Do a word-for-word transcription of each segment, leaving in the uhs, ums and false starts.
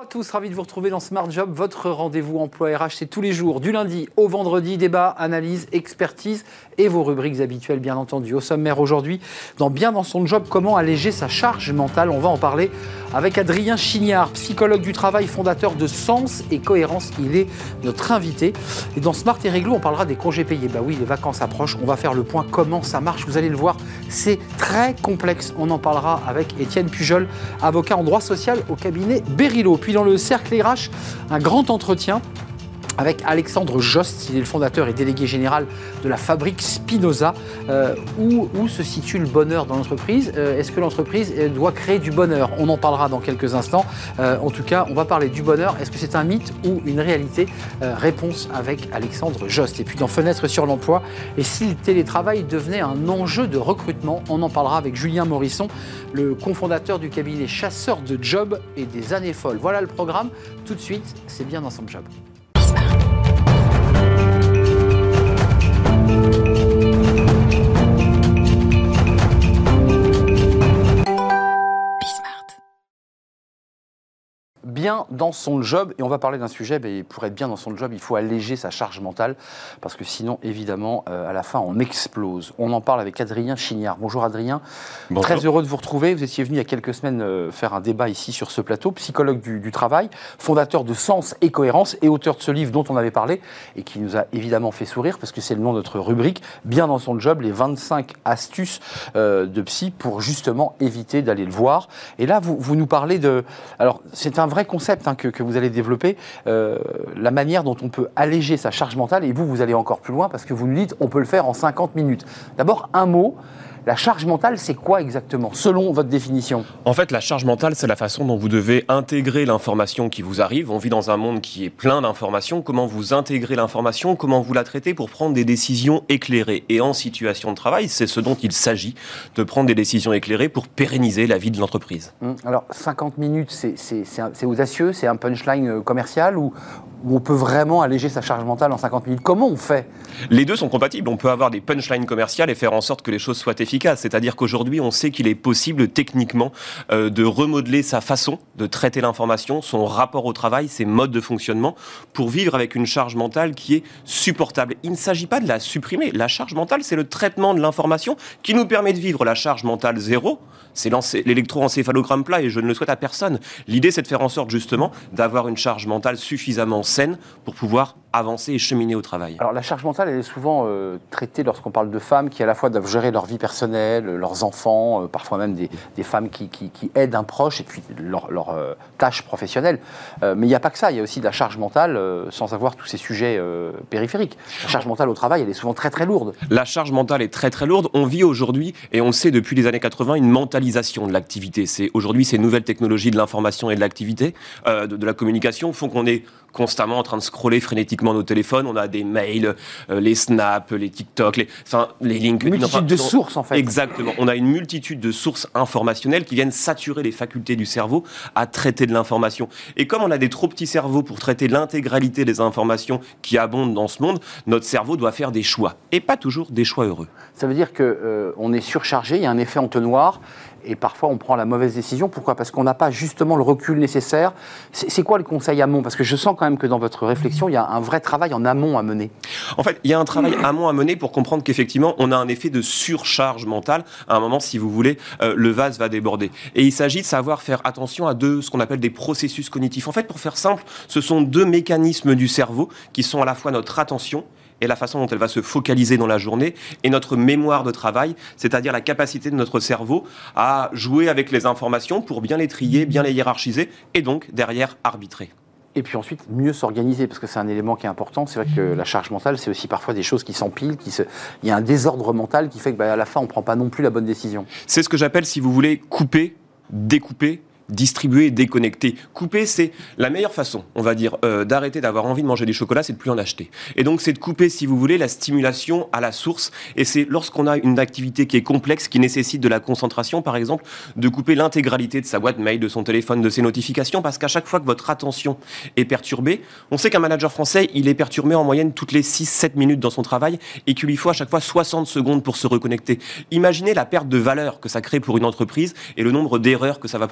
à tous, ravi de vous retrouver dans Smart Job, votre rendez-vous emploi R H, c'est tous les jours, du lundi au vendredi, débat, analyse, expertise et vos rubriques habituelles bien entendu. Au sommaire aujourd'hui, dans Bien dans son job, comment alléger sa charge mentale, on va en parler avec Adrien Chignard, psychologue du travail, fondateur de Sens et Cohérence, il est notre invité. Et dans Smart et Réglo, on parlera des congés payés, bah oui, les vacances approchent, on va faire le point comment ça marche, vous allez le voir, c'est très complexe, on en parlera avec Étienne Pujol, avocat en droit social au cabinet Berilo. Puis dans le cercle R H, un grand entretien avec Alexandre Jost, il est le fondateur et délégué général de la fabrique Spinoza. Euh, où, où se situe le bonheur dans l'entreprise ? euh, Est-ce que l'entreprise doit créer du bonheur ? On en parlera dans quelques instants. Euh, en tout cas, on va parler du bonheur. Est-ce que c'est un mythe ou une réalité ? euh, Réponse avec Alexandre Jost. Et puis dans Fenêtre sur l'emploi, et si le télétravail devenait un enjeu de recrutement ? On en parlera avec Julien Morisson, le cofondateur du cabinet Chasseurs de Job et des années folles. Voilà le programme. Tout de suite, c'est Bien dans son job. Bien dans son job, et on va parler d'un sujet, ben, pour être bien dans son job, il faut alléger sa charge mentale, parce que sinon, évidemment, euh, à la fin, on explose. On en parle avec Adrien Chignard. Bonjour Adrien, Bonjour. Très heureux de vous retrouver. Vous étiez venu il y a quelques semaines euh, faire un débat ici sur ce plateau, psychologue du, du travail, fondateur de Sens et Cohérence, et auteur de ce livre dont on avait parlé, et qui nous a évidemment fait sourire, parce que c'est le nom de notre rubrique, Bien dans son job, les vingt-cinq astuces euh, de psy pour justement éviter d'aller le voir. Et là, vous, vous nous parlez de... Alors, c'est un vrai concept hein, que, que vous allez développer, euh, la manière dont on peut alléger sa charge mentale, et vous, vous allez encore plus loin parce que vous nous dites on peut le faire en cinquante minutes. D'abord, un mot, la charge mentale, c'est quoi exactement, selon votre définition ? En fait, la charge mentale, c'est la façon dont vous devez intégrer l'information qui vous arrive. On vit dans un monde qui est plein d'informations. Comment vous intégrez l'information ? Comment vous la traitez pour prendre des décisions éclairées ? Et en situation de travail, c'est ce dont il s'agit, de prendre des décisions éclairées pour pérenniser la vie de l'entreprise. Alors, cinquante minutes, c'est, c'est, c'est, un, c'est audacieux, c'est un punchline commercial ou où on peut vraiment alléger sa charge mentale en cinquante minutes. Comment on fait ? Les deux sont compatibles. On peut avoir des punchlines commerciales et faire en sorte que les choses soient efficaces. C'est-à-dire qu'aujourd'hui, on sait qu'il est possible techniquement euh, de remodeler sa façon de traiter l'information, son rapport au travail, ses modes de fonctionnement, pour vivre avec une charge mentale qui est supportable. Il ne s'agit pas de la supprimer. La charge mentale, c'est le traitement de l'information qui nous permet de vivre la charge mentale zéro. C'est l'électroencéphalogramme plat et je ne le souhaite à personne. L'idée, c'est de faire en sorte justement d'avoir une charge mentale suffisamment saine pour pouvoir avancer et cheminer au travail. Alors la charge mentale, elle est souvent euh, traitée lorsqu'on parle de femmes qui à la fois doivent gérer leur vie personnelle, leurs enfants, euh, parfois même des, des femmes qui, qui, qui aident un proche et puis leurs leur, euh, tâches professionnelles. Euh, mais il n'y a pas que ça, il y a aussi de la charge mentale euh, sans avoir tous ces sujets euh, périphériques. La charge mentale au travail, elle est souvent très très lourde. La charge mentale est très très lourde. On vit aujourd'hui, et on le sait depuis les années quatre-vingts, une mentalisation de l'activité. C'est, aujourd'hui, ces nouvelles technologies de l'information et de l'activité, euh, de, de la communication, font qu'on est constamment en train de scroller frénétiquement nos téléphones. On a des mails, euh, les Snap, les TikTok, les, enfin, les LinkedIn. Une multitude enfin, de sources, en fait. Exactement. On a une multitude de sources informationnelles qui viennent saturer les facultés du cerveau à traiter de l'information. Et comme on a des trop petits cerveaux pour traiter l'intégralité des informations qui abondent dans ce monde, notre cerveau doit faire des choix. Et pas toujours des choix heureux. Ça veut dire qu'on euh, est surchargé, il y a un effet entonnoir. Et parfois, on prend la mauvaise décision. Pourquoi ? Parce qu'on n'a pas justement le recul nécessaire. C'est, c'est quoi le conseil amont ? Parce que je sens quand même que dans votre réflexion, il y a un vrai travail en amont à mener. En fait, il y a un travail amont à mener pour comprendre qu'effectivement, on a un effet de surcharge mentale. À un moment, si vous voulez, euh, le vase va déborder. Et il s'agit de savoir faire attention à deux, ce qu'on appelle des processus cognitifs. En fait, pour faire simple, ce sont deux mécanismes du cerveau qui sont à la fois notre attention et la façon dont elle va se focaliser dans la journée, et notre mémoire de travail, c'est-à-dire la capacité de notre cerveau à jouer avec les informations pour bien les trier, bien les hiérarchiser, et donc, derrière, arbitrer. Et puis ensuite, mieux s'organiser, parce que c'est un élément qui est important. C'est vrai que la charge mentale, c'est aussi parfois des choses qui s'empilent, qui se... il y a un désordre mental qui fait que bah, à la fin, on ne prend pas non plus la bonne décision. C'est ce que j'appelle, si vous voulez, couper, découper, distribuer et déconnecter. Couper, c'est la meilleure façon, on va dire, euh, d'arrêter d'avoir envie de manger des chocolats, c'est de plus en acheter. Et donc, c'est de couper, si vous voulez, la stimulation à la source. Et c'est lorsqu'on a une activité qui est complexe, qui nécessite de la concentration, par exemple, de couper l'intégralité de sa boîte mail, de son téléphone, de ses notifications, parce qu'à chaque fois que votre attention est perturbée, on sait qu'un manager français, il est perturbé en moyenne toutes les six sept minutes dans son travail et qu'il lui faut à chaque fois soixante secondes pour se reconnecter. Imaginez la perte de valeur que ça crée pour une entreprise et le nombre d'erreurs que ça va produire.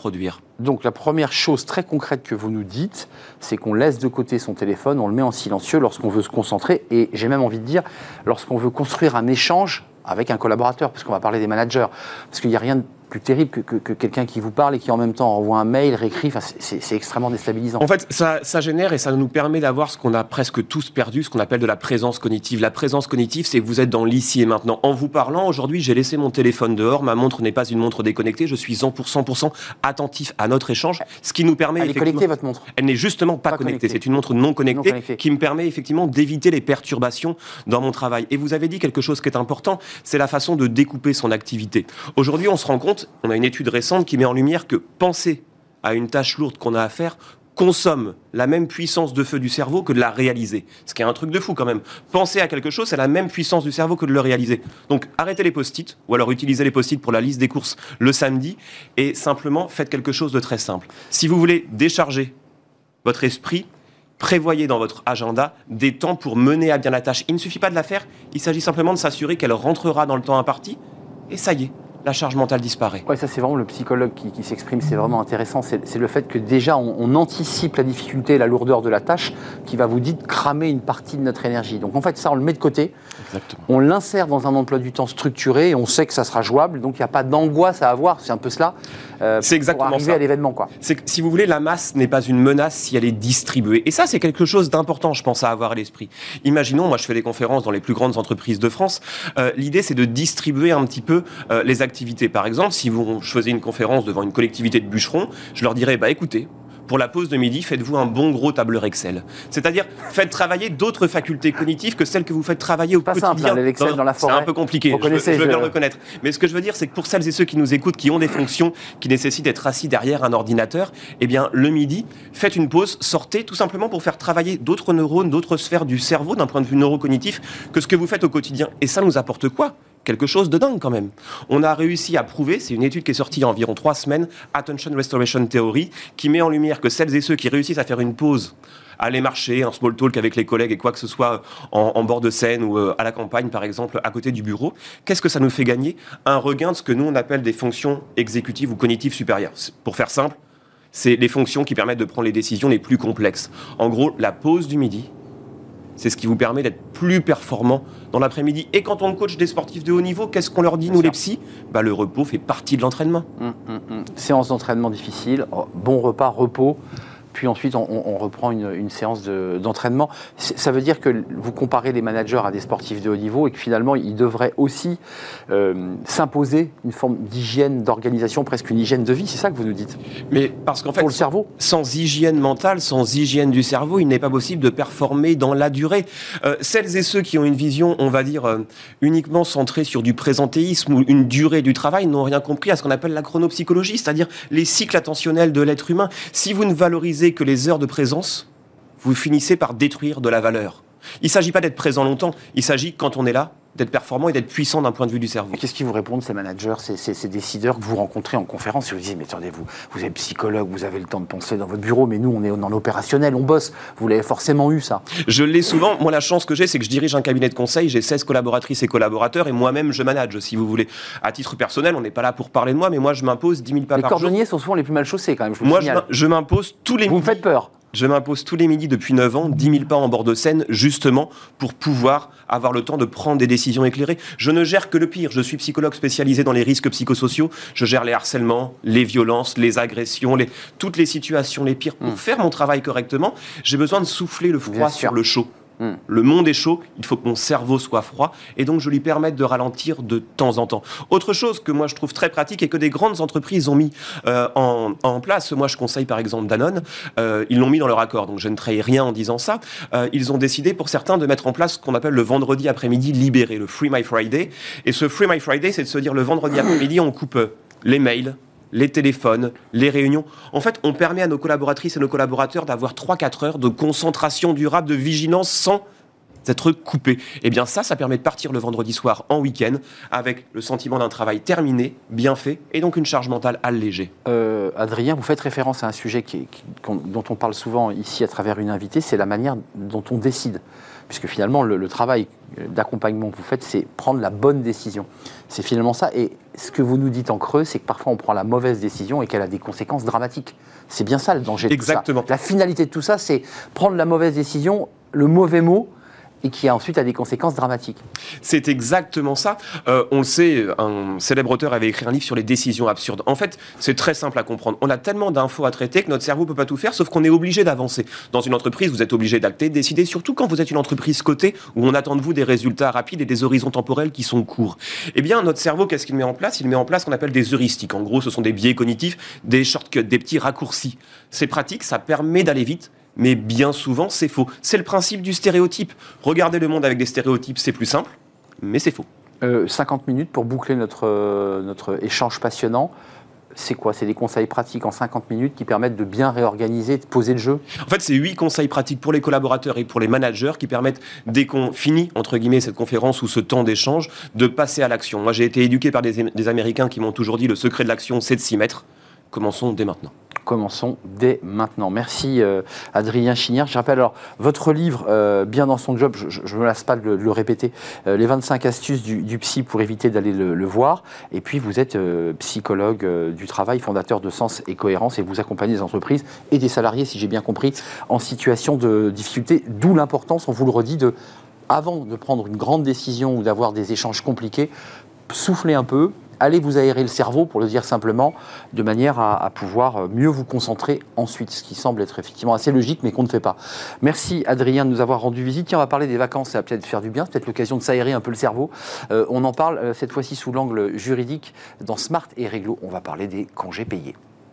Donc la première chose très concrète que vous nous dites, c'est qu'on laisse de côté son téléphone, on le met en silencieux lorsqu'on veut se concentrer, et j'ai même envie de dire, lorsqu'on veut construire un échange avec un collaborateur, parce qu'on va parler des managers, parce qu'il n'y a rien de plus terrible que, que, que quelqu'un qui vous parle et qui en même temps envoie un mail, réécrit, enfin, c'est, c'est extrêmement déstabilisant. En fait, ça, ça génère et ça nous permet d'avoir ce qu'on a presque tous perdu, ce qu'on appelle de la présence cognitive. La présence cognitive, c'est que vous êtes dans l'ici et maintenant. En vous parlant, aujourd'hui, j'ai laissé mon téléphone dehors, ma montre n'est pas une montre déconnectée, je suis cent pour cent attentif à notre échange, ce qui nous permet... Elle est connectée, votre montre? Elle n'est justement pas, pas connectée, connectée. C'est une montre non connectée, non connectée qui me permet effectivement d'éviter les perturbations dans mon travail. Et vous avez dit quelque chose qui est important, c'est la façon de découper son activité. Aujourd'hui, on se rend compte, on a une étude récente qui met en lumière que penser à une tâche lourde qu'on a à faire consomme la même puissance de feu du cerveau que de la réaliser. Ce qui est un truc de fou quand même. Penser à quelque chose, c'est la même puissance du cerveau que de le réaliser. Donc arrêtez les post-it, ou alors utilisez les post-it pour la liste des courses le samedi, et simplement faites quelque chose de très simple. Si vous voulez décharger votre esprit, prévoyez dans votre agenda des temps pour mener à bien la tâche. Il ne suffit pas de la faire, il s'agit simplement de s'assurer qu'elle rentrera dans le temps imparti, et ça y est. La charge mentale disparaît. Ouais, ça c'est vraiment le psychologue qui, qui s'exprime, c'est vraiment intéressant. C'est, c'est le fait que déjà on, on anticipe la difficulté et la lourdeur de la tâche qui va vous dire de cramer une partie de notre énergie. Donc en fait ça on le met de côté, exactement. On l'insère dans un emploi du temps structuré et on sait que ça sera jouable, donc il n'y a pas d'angoisse à avoir, c'est un peu cela. Euh, c'est exactement pour arriver ça. à l'événement, quoi. C'est que, si vous voulez, la masse n'est pas une menace si elle est distribuée. Et ça c'est quelque chose d'important, je pense, à avoir à l'esprit. Imaginons, moi je fais des conférences dans les plus grandes entreprises de France, euh, l'idée c'est de distribuer un petit peu euh, les activités. Par exemple, si vous choisissez une conférence devant une collectivité de bûcherons, je leur dirais, bah écoutez, pour la pause de midi, faites-vous un bon gros tableur Excel. C'est-à-dire, faites travailler d'autres facultés cognitives que celles que vous faites travailler au pas quotidien. Simple, l'Excel dans, dans la forêt. C'est un peu compliqué, vous je, connaissez, je veux je... bien le reconnaître. Mais ce que je veux dire, c'est que pour celles et ceux qui nous écoutent, qui ont des fonctions qui nécessitent d'être assis derrière un ordinateur, eh bien, le midi, faites une pause, sortez tout simplement pour faire travailler d'autres neurones, d'autres sphères du cerveau d'un point de vue neurocognitif que ce que vous faites au quotidien. Et ça nous apporte quoi ? Quelque chose de dingue quand même. On a réussi à prouver, c'est une étude qui est sortie il y a environ trois semaines, Attention Restoration Theory, qui met en lumière que celles et ceux qui réussissent à faire une pause, aller marcher, un small talk avec les collègues et quoi que ce soit en, en bord de scène ou euh, à la campagne par exemple, à côté du bureau, qu'est-ce que ça nous fait gagner ? Un regain de ce que nous on appelle des fonctions exécutives ou cognitives supérieures. Pour faire simple, c'est les fonctions qui permettent de prendre les décisions les plus complexes. En gros, la pause du midi, c'est ce qui vous permet d'être plus performant dans l'après-midi. Et quand on coach des sportifs de haut niveau, qu'est-ce qu'on leur dit, nous les psys ? Bah, le repos fait partie de l'entraînement. Hum, hum, hum. Séance d'entraînement difficile, bon repas, repos, puis ensuite on, on reprend une, une séance de, d'entraînement. Ça veut dire que vous comparez les managers à des sportifs de haut niveau et que finalement ils devraient aussi euh, s'imposer une forme d'hygiène, d'organisation, presque une hygiène de vie, c'est ça que vous nous dites ? Mais parce qu'en fait, pour le cerveau, sans hygiène mentale, sans hygiène du cerveau, il n'est pas possible de performer dans la durée. Euh, celles et ceux qui ont une vision, on va dire, euh, uniquement centrée sur du présentéisme ou une durée du travail n'ont rien compris à ce qu'on appelle la chronopsychologie, c'est-à-dire les cycles attentionnels de l'être humain. Si vous ne valorisez que les heures de présence, vous finissez par détruire de la valeur. Il ne s'agit pas d'être présent longtemps, il s'agit, quand on est là, d'être performant et d'être puissant d'un point de vue du cerveau. Et qu'est-ce qu'ils vous répondent, ces managers, ces, ces, ces décideurs que vous rencontrez en conférence ? Et vous dites, mais attendez, vous, vous êtes psychologue, vous avez le temps de penser dans votre bureau, mais nous, on est dans l'opérationnel, on bosse. Vous l'avez forcément eu, ça. Je l'ai souvent. Moi, la chance que j'ai, c'est que je dirige un cabinet de conseil, j'ai seize collaboratrices et collaborateurs, et moi-même, je manage, si vous voulez. À titre personnel, on n'est pas là pour parler de moi, mais moi, je m'impose dix mille pas les par jour. Les cordonniers sont souvent les plus mal chaussés, quand même, je vous Moi, signale. je m'impose tous les Vous midis. me faites peur. Je m'impose tous les midis depuis neuf ans, dix mille pas en bord de scène, justement, pour pouvoir avoir le temps de prendre des décisions éclairées. Je ne gère que le pire. Je suis psychologue spécialisé dans les risques psychosociaux. Je gère les harcèlements, les violences, les agressions, les... toutes les situations les pires. Pour mmh. faire mon travail correctement, j'ai besoin de souffler le froid sur le chaud. Mmh. Le monde est chaud, il faut que mon cerveau soit froid, et donc je lui permette de ralentir de temps en temps. Autre chose que moi je trouve très pratique et que des grandes entreprises ont mis euh, en, en place, moi je conseille par exemple Danone, euh, ils l'ont mis dans leur accord, donc je ne trahis rien en disant ça, euh, ils ont décidé pour certains de mettre en place ce qu'on appelle le vendredi après-midi libéré, le Free My Friday, et ce Free My Friday c'est de se dire le vendredi après-midi on coupe les mails, les téléphones, les réunions. En fait, on permet à nos collaboratrices et nos collaborateurs d'avoir trois à quatre heures de concentration durable, de vigilance sans être coupés. Et bien ça, ça permet de partir le vendredi soir en week-end avec le sentiment d'un travail terminé, bien fait, et donc une charge mentale allégée. Euh, Adrien, vous faites référence à un sujet qui, qui, dont on parle souvent ici à travers une invitée, c'est la manière dont on décide. puisque finalement, le, le travail d'accompagnement que vous faites, c'est prendre la bonne décision. C'est finalement ça. Et ce que vous nous dites en creux, c'est que parfois, on prend la mauvaise décision et qu'elle a des conséquences dramatiques. C'est bien ça le danger de Exactement. tout ça. La finalité de tout ça, c'est prendre la mauvaise décision, le mauvais mot, et qui a ensuite a des conséquences dramatiques. C'est exactement ça. Euh, on le sait, un célèbre auteur avait écrit un livre sur les décisions absurdes. En fait, c'est très simple à comprendre. On a tellement d'infos à traiter que notre cerveau ne peut pas tout faire, sauf qu'on est obligé d'avancer. Dans une entreprise, vous êtes obligé d'acter, de décider, surtout quand vous êtes une entreprise cotée, où on attend de vous des résultats rapides et des horizons temporels qui sont courts. Eh bien, notre cerveau, qu'est-ce qu'il met en place? Il met en place ce qu'on appelle des heuristiques. En gros, ce sont des biais cognitifs, des shortcuts, des petits raccourcis. C'est pratique, ça permet d'aller vite. Mais bien souvent, c'est faux. C'est le principe du stéréotype. Regarder le monde avec des stéréotypes, c'est plus simple, mais c'est faux. Euh, cinquante minutes pour boucler notre, euh, notre échange passionnant. C'est quoi? C'est des conseils pratiques en cinquante minutes qui permettent de bien réorganiser, de poser le jeu? En fait, c'est huit conseils pratiques pour les collaborateurs et pour les managers qui permettent, dès qu'on finit, entre guillemets, cette conférence ou ce temps d'échange, de passer à l'action. Moi, j'ai été éduqué par des, des Américains qui m'ont toujours dit le secret de l'action, c'est de s'y mettre. Commençons dès maintenant. Commençons dès maintenant. Merci euh, Adrien Chignard. Je rappelle alors votre livre, euh, Bien dans son job, je ne me lasse pas de le, de le répéter, euh, les vingt-cinq astuces du, du psy pour éviter d'aller le, le voir. Et puis vous êtes euh, psychologue euh, du travail, fondateur de Sens et Cohérence, et vous accompagnez des entreprises et des salariés, si j'ai bien compris, en situation de difficulté. D'où l'importance, on vous le redit, de, avant de prendre une grande décision ou d'avoir des échanges compliqués, souffler un peu, allez vous aérer le cerveau, pour le dire simplement, de manière à, à pouvoir mieux vous concentrer ensuite, ce qui semble être effectivement assez logique, mais qu'on ne fait pas. Merci Adrien de nous avoir rendu visite. Tiens, on va parler des vacances, ça va peut-être faire du bien, c'est peut-être l'occasion de s'aérer un peu le cerveau. Euh, on en parle euh, cette fois-ci sous l'angle juridique dans Smart et Réglo. On va parler des congés payés.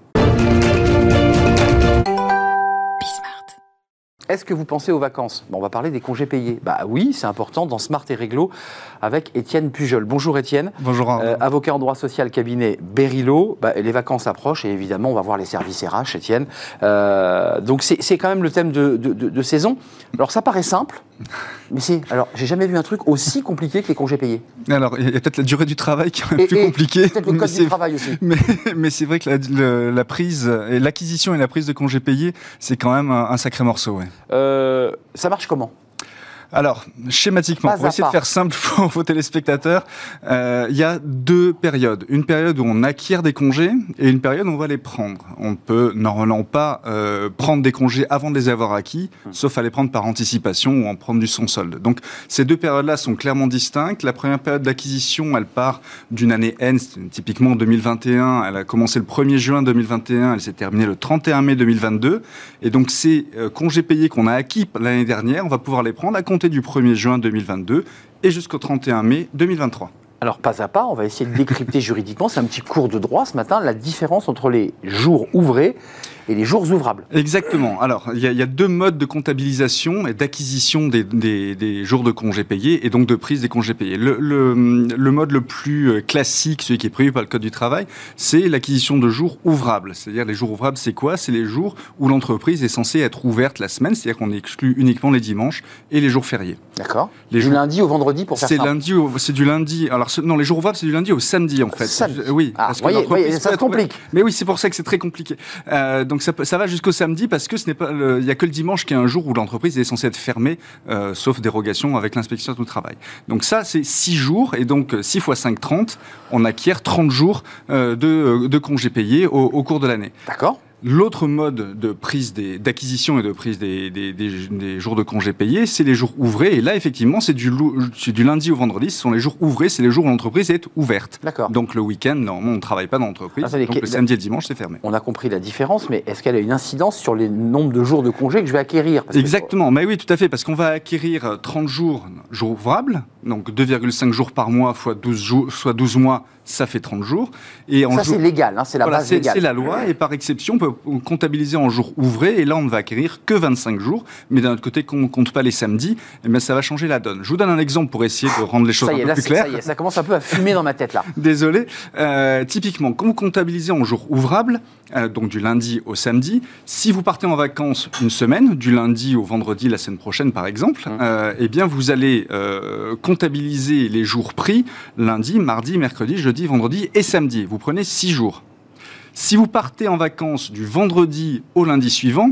Est-ce que vous pensez aux vacances? Bon, on va parler des congés payés. Bah oui, c'est important dans Smart et Réglo avec Étienne Pujol. Bonjour Étienne. Bonjour. Euh, avocat en droit social, cabinet Berilo. Bah, les vacances approchent et évidemment, on va voir les services R H, Étienne. Euh, donc c'est, c'est quand même le thème de, de, de, de saison. Alors ça paraît simple, mais c'est. Alors j'ai jamais vu un truc aussi compliqué que les congés payés. Alors il y a peut-être la durée du travail qui est un peu et, plus et compliquée. Peut-être le code du travail aussi. Mais, mais c'est vrai que la, la, la prise, et l'acquisition et la prise de congés payés, c'est quand même un, un sacré morceau. Ouais. Euh, ça marche comment? Alors, schématiquement, pas pour essayer pas. de faire simple pour vos téléspectateurs, euh, il y a deux périodes. Une période où on acquiert des congés et une période où on va les prendre. On ne peut normalement pas euh, prendre des congés avant de les avoir acquis, mmh. sauf à les prendre par anticipation ou en prendre du sans solde. Donc, ces deux périodes-là sont clairement distinctes. La première période d'acquisition, elle part d'une année N, typiquement deux mille vingt et un. Elle a commencé le premier juin deux mille vingt et un, elle s'est terminée le trente et un mai deux mille vingt-deux. Et donc, ces euh, congés payés qu'on a acquis l'année dernière, on va pouvoir les prendre à compter du premier juin deux mille vingt-deux et jusqu'au trente et un mai deux mille vingt-trois. Alors, pas à pas, on va essayer de décrypter juridiquement, c'est un petit cours de droit ce matin, la différence entre les jours ouvrés et les jours ouvrables. Exactement. Alors, il y, y a deux modes de comptabilisation et d'acquisition des, des, des jours de congés payés et donc de prise des congés payés. Le, le, le mode le plus classique, celui qui est prévu par le Code du travail, c'est l'acquisition de jours ouvrables. C'est-à-dire, les jours ouvrables, c'est quoi? C'est les jours où l'entreprise est censée être ouverte la semaine, c'est-à-dire qu'on exclut uniquement les dimanches et les jours fériés. D'accord. Les du jours... lundi au vendredi pour faire c'est simple. Lundi au... C'est du lundi... Alors, ce... non, les jours ouvrables, c'est du lundi au samedi, en fait. Samedi. Oui. Ah, parce que voyez, voyez, ça se complique. Être... Mais oui, c'est pour ça que c'est très compliqué. Euh, donc, ça, ça va jusqu'au samedi parce que ce n'est pas, il n'y a que le dimanche qui est un jour où l'entreprise est censée être fermée, euh, sauf dérogation avec l'inspection du travail. Donc ça, c'est six jours, et donc six fois cinq, trente, on acquiert trente jours euh, de, de congés payés au, au cours de l'année. D'accord. L'autre mode de prise des, d'acquisition et de prise des, des, des, des jours de congés payés, c'est les jours ouvrés. Et là, effectivement, c'est du, c'est du lundi au vendredi. Ce sont les jours ouvrés, c'est les jours où l'entreprise est ouverte. D'accord. Donc le week-end, normalement, on ne travaille pas dans l'entreprise. Attendez, donc le samedi et le dimanche, c'est fermé. On a compris la différence, mais est-ce qu'elle a une incidence sur les nombres de jours de congés que je vais acquérir? Parce Exactement, que... mais oui, tout à fait, parce qu'on va acquérir trente jours, jours ouvrables, donc deux virgule cinq jours par mois fois douze jours, soit douze mois, ça fait trente jours. Et en ça, jour... c'est légal, hein, c'est la voilà, base c'est, légale. C'est la loi, et par exception, on peut comptabiliser en jours ouvrés, et là, on ne va acquérir que vingt-cinq jours. Mais d'un autre côté, qu'on ne compte pas les samedis, eh bien, ça va changer la donne. Je vous donne un exemple pour essayer de rendre les choses ça y est, un peu là, plus claires. Ça y est, ça commence un peu à fumer dans ma tête, là. Désolé. Euh, typiquement, quand vous comptabilisez en jours ouvrables, euh, donc du lundi au samedi, si vous partez en vacances une semaine, du lundi au vendredi la semaine prochaine, par exemple, mmh. euh, eh bien, vous allez euh, comptabiliser les jours pris lundi, mardi, mercredi, jeudi, vendredi et samedi. Vous prenez six jours. Si vous partez en vacances du vendredi au lundi suivant,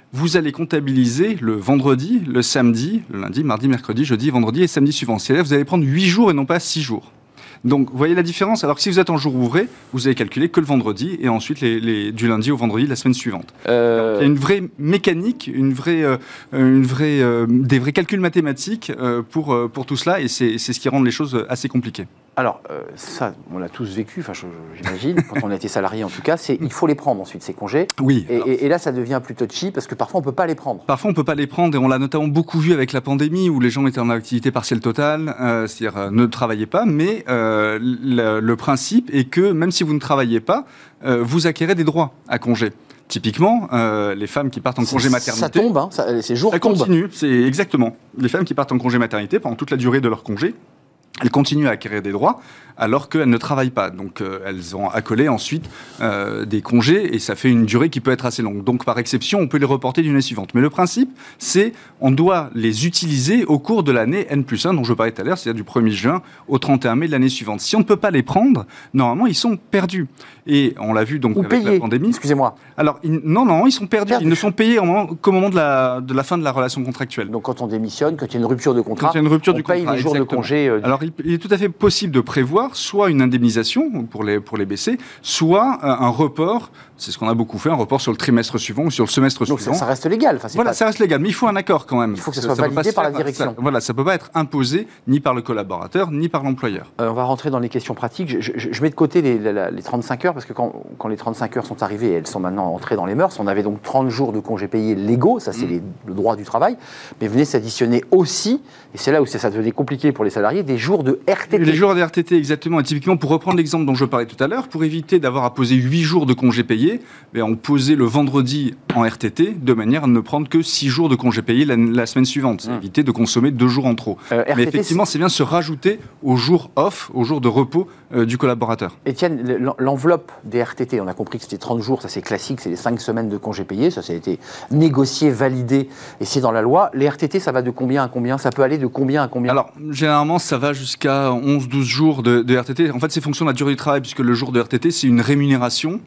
vous allez comptabiliser le vendredi, le samedi, le lundi, mardi, mercredi, jeudi, vendredi et samedi suivant. C'est-à-dire que vous allez prendre huit jours et non pas six jours. Donc, vous voyez la différence? Alors que si vous êtes en jour ouvré, vous allez calculer que le vendredi et ensuite les, les, du lundi au vendredi de la semaine suivante. Euh... Donc, il y a une vraie mécanique, une vraie, euh, une vraie, euh, des vrais calculs mathématiques euh, pour, euh, pour tout cela et c'est, c'est ce qui rend les choses assez compliquées. Alors, euh, ça, on l'a tous vécu, enfin, je, je, j'imagine, quand on a été salarié en tout cas, c'est il faut les prendre ensuite, ces congés. Oui. Et, alors... et, et là, ça devient plus touchy parce que parfois, on ne peut pas les prendre. Parfois, on ne peut pas les prendre et on l'a notamment beaucoup vu avec la pandémie où les gens étaient en activité partielle totale, euh, c'est-à-dire euh, ne travaillez pas, mais euh, le, le principe est que même si vous ne travaillez pas, euh, vous acquérez des droits à congés. Typiquement, euh, les femmes qui partent en congé maternité... Ça tombe, hein, ça, ces jours ça tombent. continue, c'est exactement. Les femmes qui partent en congé maternité pendant toute la durée de leur congé, elles continuent à acquérir des droits alors qu'elles ne travaillent pas. Donc euh, elles ont accolé ensuite euh, des congés et ça fait une durée qui peut être assez longue. Donc par exception, on peut les reporter d'une année suivante. Mais le principe, c'est on doit les utiliser au cours de l'année N plus un dont je parlais tout à l'heure, c'est-à-dire du premier juin au trente et un mai de l'année suivante. Si on ne peut pas les prendre, normalement, ils sont perdus. Et on l'a vu donc Ou avec payés. La pandémie. Excusez-moi. Alors, ils, non, non, ils sont perdus. Perdus. Ils ne sont payés au moment, qu'au moment de la, de la fin de la relation contractuelle. Donc quand on démissionne, quand il y a une rupture de contrat, Quand il y a une rupture on du paye contrat, les jours exactement. de congé. Euh, Alors, il, il est tout à fait possible de prévoir soit une indemnisation pour les, pour les baisser, soit euh, un report, c'est ce qu'on a beaucoup fait, un report sur le trimestre suivant ou sur le semestre Donc suivant. ça, ça reste légal. Enfin, c'est Voilà, pas... ça reste légal, mais il faut un accord quand même. Il faut que ça ça soit ça validé pas se par la faire- direction. ça- voilà, ça ne peut pas être imposé ni par le collaborateur, ni par l'employeur. Euh, on va rentrer dans les questions pratiques. Je, je- je mets de côté les, la- les trente-cinq heures, parce que quand, quand les trente-cinq heures sont arrivées, elles sont maintenant entrées dans les mœurs. On avait donc trente jours de congés payés légaux, ça c'est Mmh. les- le droit du travail. Mais venez s'additionner aussi, et c'est là où ça, ça devenait compliqué pour les salariés, des jours de R T T. Les jours de R T T, exactement. Et typiquement, pour reprendre l'exemple dont je parlais tout à l'heure, pour éviter d'avoir à poser huit jours de congés payés, ben, on posait le vendredi en R T T de manière à ne prendre que six jours de congés payés la, la semaine suivante. C'est Mmh. éviter de consommer deux jours en trop. Euh, R T T, Mais effectivement, c'est bien se rajouter aux jours off, aux jours de repos euh, du collaborateur. Étienne, le- l'enveloppe des R T T, on a compris que c'était trente jours, ça c'est classique, c'est les cinq semaines de congés payés, ça, ça a été négocié, validé, et c'est dans la loi. Les R T T, ça va de combien à combien? Ça peut aller de combien à combien? Alors, généralement, ça va jusqu'à onze douze jours de, de R T T. En fait, c'est fonction de la durée du travail, puisque le jour de R T T, c'est une rémunération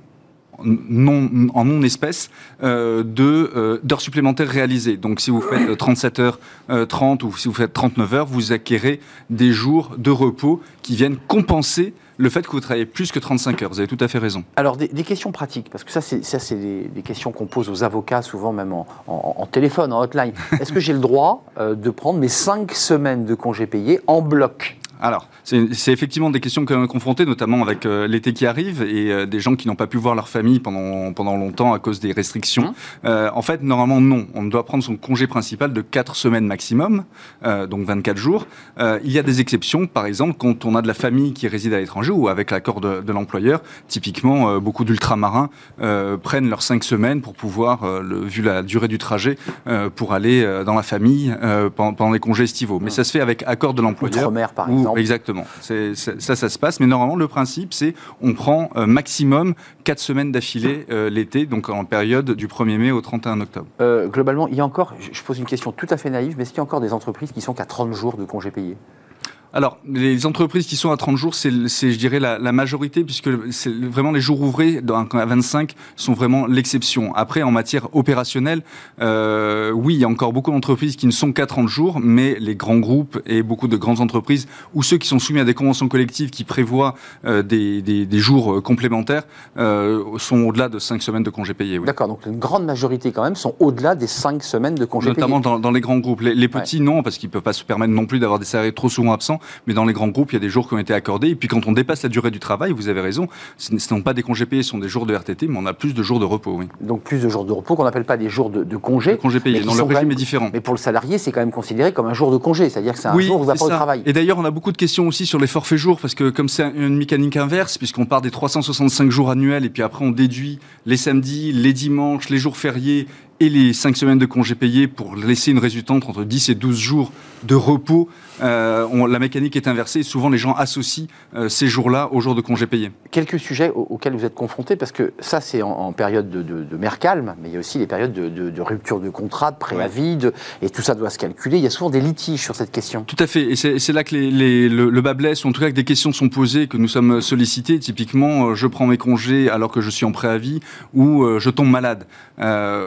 non, en non-espèces euh, de, euh, d'heures supplémentaires réalisées. Donc, si vous faites trente-sept heures euh, trente ou si vous faites trente-neuf heures, vous acquérez des jours de repos qui viennent compenser le fait que vous travaillez plus que trente-cinq heures. Vous avez tout à fait raison. Alors, des, des questions pratiques, parce que ça, c'est, ça, c'est des, des questions qu'on pose aux avocats, souvent même en, en- en téléphone, en hotline. Est-ce que j'ai le droit euh, de prendre mes cinq semaines de congés payés en bloc? Alors, c'est, c'est effectivement des questions que l'on est confronté, notamment avec euh, l'été qui arrive et euh, des gens qui n'ont pas pu voir leur famille pendant, pendant longtemps à cause des restrictions. Mmh. Euh, en fait, normalement, non. On doit prendre son congé principal de quatre semaines maximum, euh, donc vingt-quatre jours. Euh, il y a des exceptions, par exemple, quand on a de la famille qui réside à l'étranger ou avec l'accord de, de l'employeur. Typiquement, euh, beaucoup d'ultramarins euh, prennent leurs cinq semaines pour pouvoir, euh, le, vu la durée du trajet, euh, pour aller euh, dans la famille euh, pendant, pendant les congés estivaux. Mais Mmh. ça se fait avec accord de l'employeur. Outre-mer, par Ou- exemple. Exactement. C'est, c'est- ça, ça se passe. Mais normalement, le principe, c'est on prend euh, maximum quatre semaines d'affilée euh, l'été, donc en période du premier mai au trente et un octobre. Euh, globalement, il y a encore, je je pose une question tout à fait naïve, mais est-ce qu'il y a encore des entreprises qui sont qu'à trente jours de congés payés? Alors, les entreprises qui sont à trente jours, c'est, c'est je dirais, la, la majorité, puisque c'est vraiment les jours ouvrés dans- à vingt-cinq sont vraiment l'exception. Après, en matière opérationnelle, euh, oui, il y a encore beaucoup d'entreprises qui ne sont qu'à trente jours, mais les grands groupes et beaucoup de grandes entreprises, ou ceux qui sont soumis à des conventions collectives qui prévoient euh, des, des, des jours euh, complémentaires, euh, sont au-delà de cinq semaines de congés payés. Oui. D'accord, donc une grande majorité quand même sont au-delà des cinq semaines de congés Notamment payés. dans, dans les grands groupes. Les, les petits, non, parce qu'ils ne peuvent pas se permettre non plus d'avoir des salariés trop souvent absents. Mais dans les grands groupes, il y a des jours qui ont été accordés. Et puis quand on dépasse la durée du travail, vous avez raison, ce ne sont pas des congés payés, ce sont des jours de R T T, mais on a plus de jours de repos, oui. Donc plus de jours de repos qu'on n'appelle pas des jours de, de congé. Les congés payés, mais qui non, le sont quand régime même- est différent. Mais pour le salarié, c'est quand même considéré comme un jour de congé, c'est-à-dire que c'est un jour où il ne va c'est pas au ça. travail. Et d'ailleurs, on a beaucoup de questions aussi sur les forfaits jours, parce que comme c'est une mécanique inverse, puisqu'on part des trois cent soixante-cinq jours annuels, et puis après on déduit les samedis, les dimanches, les jours fériés, et les cinq semaines de congés payés pour laisser une résultante entre dix et douze jours de repos. Euh, on, la mécanique est inversée et souvent les gens associent euh, ces jours-là aux jours de congés payés. Quelques sujets au- auxquels vous êtes confrontés, parce que ça c'est en, en période de, de, de mer calme, mais il y a aussi les périodes de, de, de rupture de contrat, de préavis, de- et tout ça doit se calculer. Il y a souvent des litiges sur cette question. Tout à fait, et c'est, c'est là que les, les, le, le bas blesse, ou en tout cas que des questions sont posées, que nous sommes sollicités. Typiquement, euh, je prends mes congés alors que je suis en préavis, ou euh, je tombe malade. Euh, schématiquement,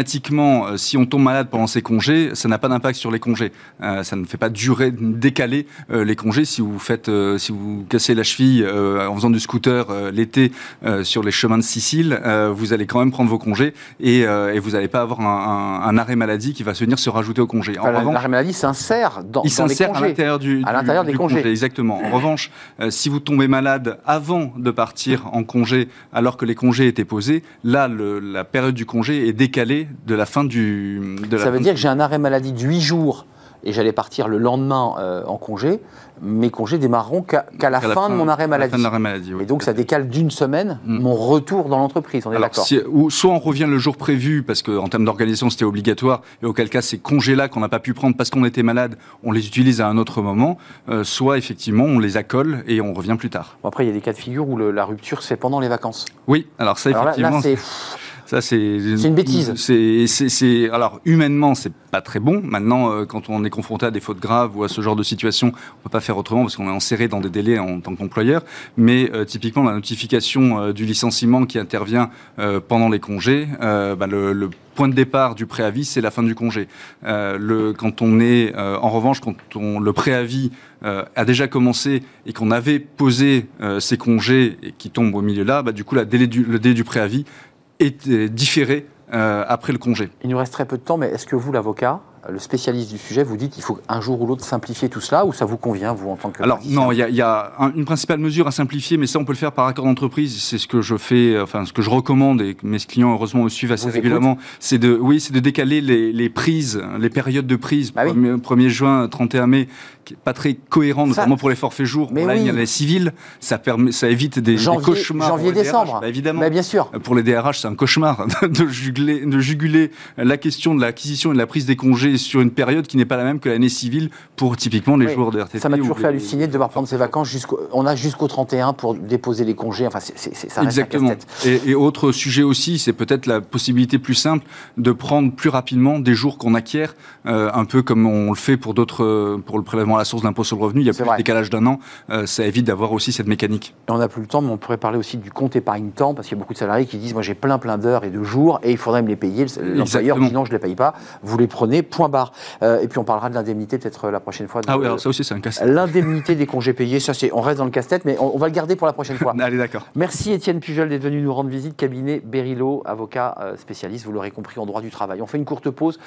mathématiquement, euh, si on tombe malade pendant ces congés, ça n'a pas d'impact sur les congés. Euh, ça ne fait pas durer, décaler euh, les congés. Si vous faites, euh, si vous cassez la cheville euh, en faisant du scooter euh, l'été euh, sur les chemins de Sicile, euh, vous allez quand même prendre vos congés et, euh, et vous n'allez pas avoir un, un, un arrêt maladie qui va venir se rajouter aux congés. En enfin, revanche, l'arrêt maladie s'insère dans, il dans les s'insère congés. à l'intérieur du, à l'intérieur du, des du congés. congé. Exactement. En revanche, euh, si vous tombez malade avant de partir en congé, alors que les congés étaient posés, là, le, la période du congé est décalée de la fin du... De la Ça veut fin dire du... que j'ai un arrêt maladie de huit jours et j'allais partir le lendemain euh, en congé. Mes congés démarreront qu'à, qu'à la, la fin, fin de mon arrêt maladie. La fin de l'arrêt maladie, oui. Et donc ça décale d'une semaine mm. mon retour dans l'entreprise, on est Alors, d'accord. Si, ou, soit on revient le jour prévu, parce qu'en termes d'organisation c'était obligatoire, et auquel cas ces congés-là qu'on n'a pas pu prendre parce qu'on était malade, on les utilise à un autre moment, euh, soit effectivement on les accole et on revient plus tard. Bon, après il y a des cas de figure où le, la rupture se fait pendant les vacances. Oui, alors ça alors effectivement... Là, là, c'est... Ça, c'est, c'est une bêtise. C'est, c'est, c'est, alors, humainement, c'est pas très bon. Maintenant, euh, quand on est confronté à des fautes graves ou à ce genre de situation, on peut pas faire autrement parce qu'on est enserré dans des délais en tant qu'employeur. Mais euh, typiquement, la notification euh, du licenciement qui intervient euh, pendant les congés, euh, bah, le, le point de départ du préavis, c'est la fin du congé. Euh, le, quand on est, euh, en revanche, quand on, le préavis euh, a déjà commencé et qu'on avait posé euh, ses congés et qui tombent au milieu là, bah, du coup, la délai du, le délai du préavis est différé euh, après le congé. Il nous reste très peu de temps, mais est-ce que vous, l'avocat, le spécialiste du sujet, vous dites qu'il faut un jour ou l'autre simplifier tout cela, ou ça vous convient, vous, en tant que... Alors, non, il y a, y a un, une principale mesure à simplifier, mais ça, on peut le faire par accord d'entreprise. C'est ce que je fais, enfin, ce que je recommande, et mes clients, heureusement, me suivent assez vous régulièrement. C'est de, oui, c'est de décaler les, les prises, les périodes de prise. Bah oui. premier juin, trente et un mai, qui n'est pas très cohérent, notamment ça, pour les forfaits jours. Mais pour oui. la ligne civile, ça, permet, ça évite des, janvier, des cauchemars. Janvier-décembre. Bah, évidemment. Bah, bien sûr. Pour les D R H, c'est un cauchemar de juguler, de juguler la question de l'acquisition et de la prise des congés sur une période qui n'est pas la même que l'année civile pour typiquement les oui. jours de R T T. Ça m'a toujours fait les... halluciner de devoir prendre ses vacances jusqu'au... On a jusqu'au trente et un pour déposer les congés. Enfin, c'est, c'est, ça reste exactement. un casse-tête. Et, et autre sujet aussi, c'est peut-être la possibilité plus simple de prendre plus rapidement des jours qu'on acquiert, euh, un peu comme on le fait pour d'autres, pour le prélèvement à la source de l'impôt sur le revenu. Il y a c'est plus vrai. de décalage d'un an. Euh, ça évite d'avoir aussi cette mécanique. Et on n'a plus le temps, mais on pourrait parler aussi du compte épargne-temps, parce qu'il y a beaucoup de salariés qui disent, moi j'ai plein plein d'heures et de jours, et il faudrait me les payer. L'employeur dit non, je ne les paye pas. Vous les prenez, point barre. Euh, et puis on parlera de l'indemnité peut-être la prochaine fois. De, ah oui, alors ça aussi c'est un casse-tête. L'indemnité des congés payés, ça c'est, on reste dans le casse-tête, mais on, on va le garder pour la prochaine fois. Allez, d'accord. Merci Étienne Pujol d'être venu nous rendre visite, cabinet Berilo, avocat euh, spécialiste, vous l'aurez compris, en droit du travail. On fait une courte pause.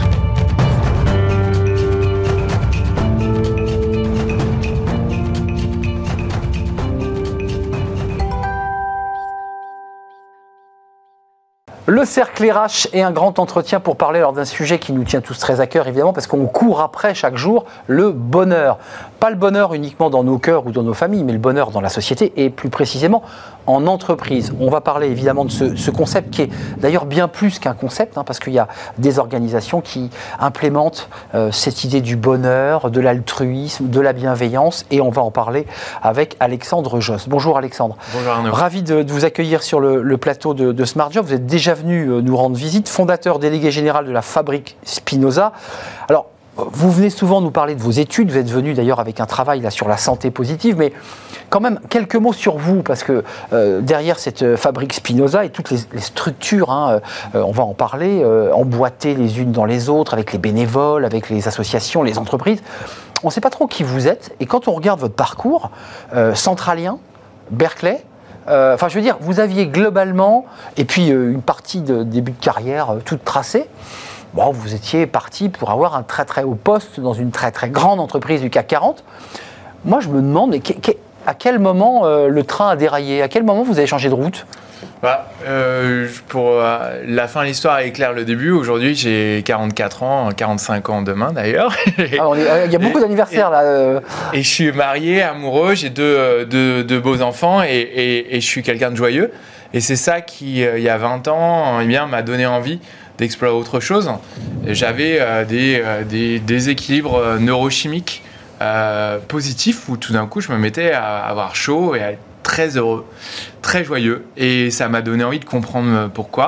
Le cercle R H et un grand entretien pour parler alors d'un sujet qui nous tient tous très à cœur, évidemment, parce qu'on court après chaque jour le bonheur. Pas le bonheur uniquement dans nos cœurs ou dans nos familles, mais le bonheur dans la société et plus précisément en entreprise. On va parler évidemment de ce, ce concept qui est d'ailleurs bien plus qu'un concept, hein, parce qu'il y a des organisations qui implémentent euh, cette idée du bonheur, de l'altruisme, de la bienveillance, et on va en parler avec Alexandre Josse. Bonjour Alexandre. Bonjour Arnaud. Ravi de, de vous accueillir sur le, le plateau de, de Smart Job. Vous êtes déjà venu nous rendre visite, fondateur délégué général de la Fabrique Spinoza. Alors, vous venez souvent nous parler de vos études, vous êtes venu d'ailleurs avec un travail là, sur la santé positive, mais quand même quelques mots sur vous, parce que euh, derrière cette euh, Fabrique Spinoza et toutes les, les structures, hein, euh, on va en parler, euh, emboîtées les unes dans les autres, avec les bénévoles, avec les associations, les entreprises, on ne sait pas trop qui vous êtes, et quand on regarde votre parcours, euh, centralien, Berkeley, Euh, enfin, je veux dire, vous aviez globalement, et puis euh, une partie de début de carrière euh, toute tracée. Bon, vous étiez parti pour avoir un très très haut poste dans une très très grande entreprise du C A C quarante. Moi, je me demande, mais qu- qu- à quel moment euh, le train a déraillé ? À quel moment vous avez changé de route ? Bah, euh, pour euh, la fin de l'histoire éclaire le début. Aujourd'hui, j'ai quarante-quatre ans, quarante-cinq ans demain d'ailleurs. Ah, on est, il y a beaucoup d'anniversaires là. Euh... Et je suis marié, amoureux, j'ai deux, deux, deux beaux enfants et, et, et je suis quelqu'un de joyeux. Et c'est ça qui, euh, il y a vingt ans, eh bien, m'a donné envie d'explorer autre chose. J'avais euh, des, euh, des déséquilibres euh, neurochimiques euh, positifs où tout d'un coup, je me mettais à avoir chaud et à être très heureux, très joyeux, et ça m'a donné envie de comprendre pourquoi.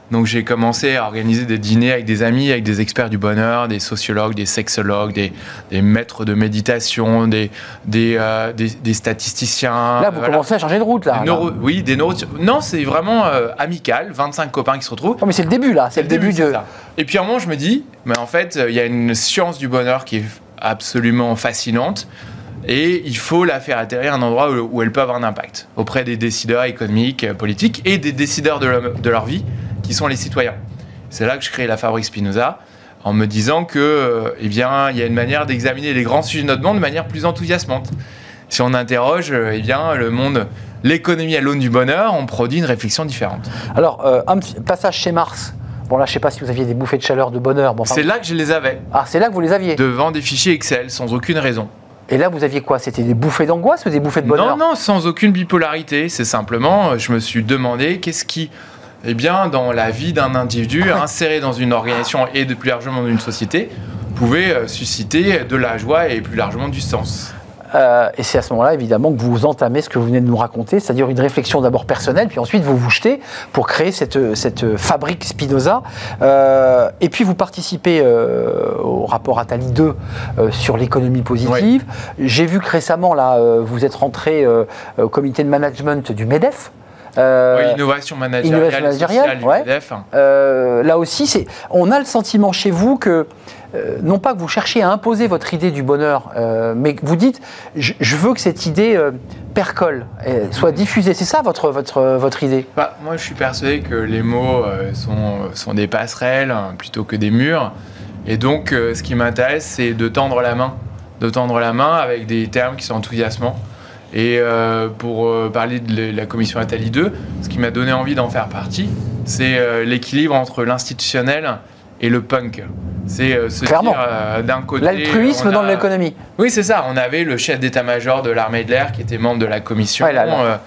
Donc j'ai commencé à organiser des dîners avec des amis, avec des experts du bonheur, des sociologues, des sexologues, des, des maîtres de méditation, des, des, euh, des, des statisticiens. Là, vous voilà. commencez à changer de route, là. Des neuro... Oui, des neuro... Non, c'est vraiment euh, amical, vingt-cinq copains qui se retrouvent. Oh, mais c'est le début, là. C'est le début, début de... ça. Et puis à un moment, je me dis, mais en fait, il y a une science du bonheur qui est absolument fascinante. Et il faut la faire atterrir à un endroit où, où elle peut avoir un impact auprès des décideurs économiques, politiques et des décideurs de, leur, de leur vie, qui sont les citoyens. C'est là que je crée la Fabrique Spinoza, en me disant que, euh, eh bien, il y a une manière d'examiner les grands sujets de notre monde de manière plus enthousiasmante. Si on interroge, euh, eh bien, le monde, l'économie à l'aune du bonheur, on produit une réflexion différente. Alors, euh, un petit passage chez Mars. Bon, là, je ne sais pas si vous aviez des bouffées de chaleur, de bonheur. Bon, enfin, c'est là que je les avais. Ah, c'est là que vous les aviez. Devant des fichiers Excel, sans aucune raison. Et là, vous aviez quoi? C'était des bouffées d'angoisse ou des bouffées de bonheur? Non, non, sans aucune bipolarité. C'est simplement, je me suis demandé qu'est-ce qui, eh bien, dans la vie d'un individu, inséré dans une organisation et de plus largement dans une société, pouvait susciter de la joie et plus largement du sens. Euh, et c'est à ce moment-là, évidemment, que vous entamez ce que vous venez de nous raconter, c'est-à-dire une réflexion d'abord personnelle, puis ensuite vous vous jetez pour créer cette, cette fabrique Spinoza. Euh, et puis vous participez euh, au rapport Attali deux euh, sur l'économie positive. Oui. J'ai vu que récemment, là, euh, vous êtes rentré euh, au comité de management du MEDEF. Euh, oui, innovation managériale, innovation managériale ouais. du MEDEF. Euh, là aussi, c'est, on a le sentiment chez vous que, euh, non pas que vous cherchiez à imposer votre idée du bonheur, euh, mais que vous dites, je, je veux que cette idée euh, percole, euh, soit diffusée. C'est ça votre, votre, votre idée? Bah, moi, je suis persuadé que les mots euh, sont, sont des passerelles hein, plutôt que des murs. Et donc, euh, ce qui m'intéresse, c'est de tendre la main. De tendre la main avec des termes qui sont enthousiasmants. Et euh, pour euh, parler de la commission Attali deux, ce qui m'a donné envie d'en faire partie, c'est euh, l'équilibre entre l'institutionnel et le punk. C'est euh, se Clairement. dire euh, d'un côté... L'altruisme a... dans l'économie. Oui, c'est ça. On avait le chef d'état-major de l'armée de l'air qui était membre de la commission, ouais, là, là. Euh,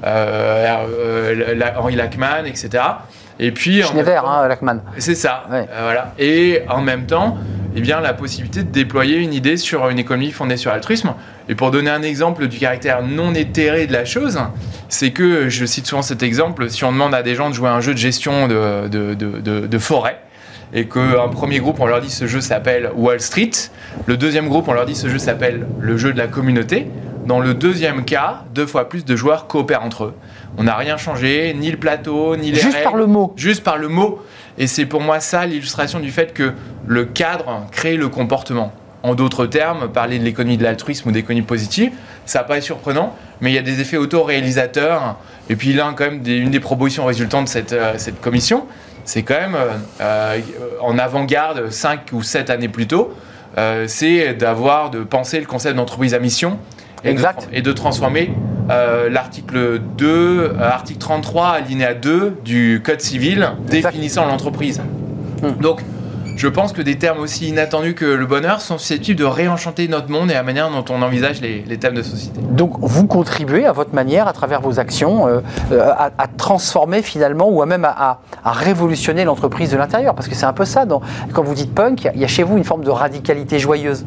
euh, euh, Henri Lachmann, et cetera. Et puis... Schneider, hein, Lachmann. C'est ça. Ouais. Euh, voilà. Et en même temps... Eh bien, la possibilité de déployer une idée sur une économie fondée sur l'altruisme. Et pour donner un exemple du caractère non éthéré de la chose, c'est que, je cite souvent cet exemple, si on demande à des gens de jouer à un jeu de gestion de, de, de, de, de forêt, et qu'un premier groupe, on leur dit ce jeu s'appelle Wall Street, le deuxième groupe, on leur dit ce jeu s'appelle le jeu de la communauté, dans le deuxième cas, deux fois plus de joueurs coopèrent entre eux. On n'a rien changé, ni le plateau, ni les Juste règles. par le mot. Juste par le mot. Et c'est pour moi ça l'illustration du fait que le cadre crée le comportement. En d'autres termes, parler de l'économie de l'altruisme ou d'économie positive, ça paraît surprenant, mais il y a des effets autoréalisateurs. Et puis là, quand même, des, une des propositions résultantes de cette, euh, cette commission, c'est quand même, euh, en avant-garde, cinq ou sept années plus tôt, euh, c'est d'avoir, de penser le concept d'entreprise à mission. Et exact. De, et de transformer euh, l'article deux, euh, article trente-trois, alinéa deux du Code civil définissant l'entreprise. Hum. Donc, je pense que des termes aussi inattendus que le bonheur sont susceptibles de réenchanter notre monde et la manière dont on envisage les, les thèmes de société. Donc, vous contribuez à votre manière, à travers vos actions, euh, à, à transformer finalement ou à même à, à, à révolutionner l'entreprise de l'intérieur. Parce que c'est un peu ça. Dans, quand vous dites punk, il y a chez vous une forme de radicalité joyeuse.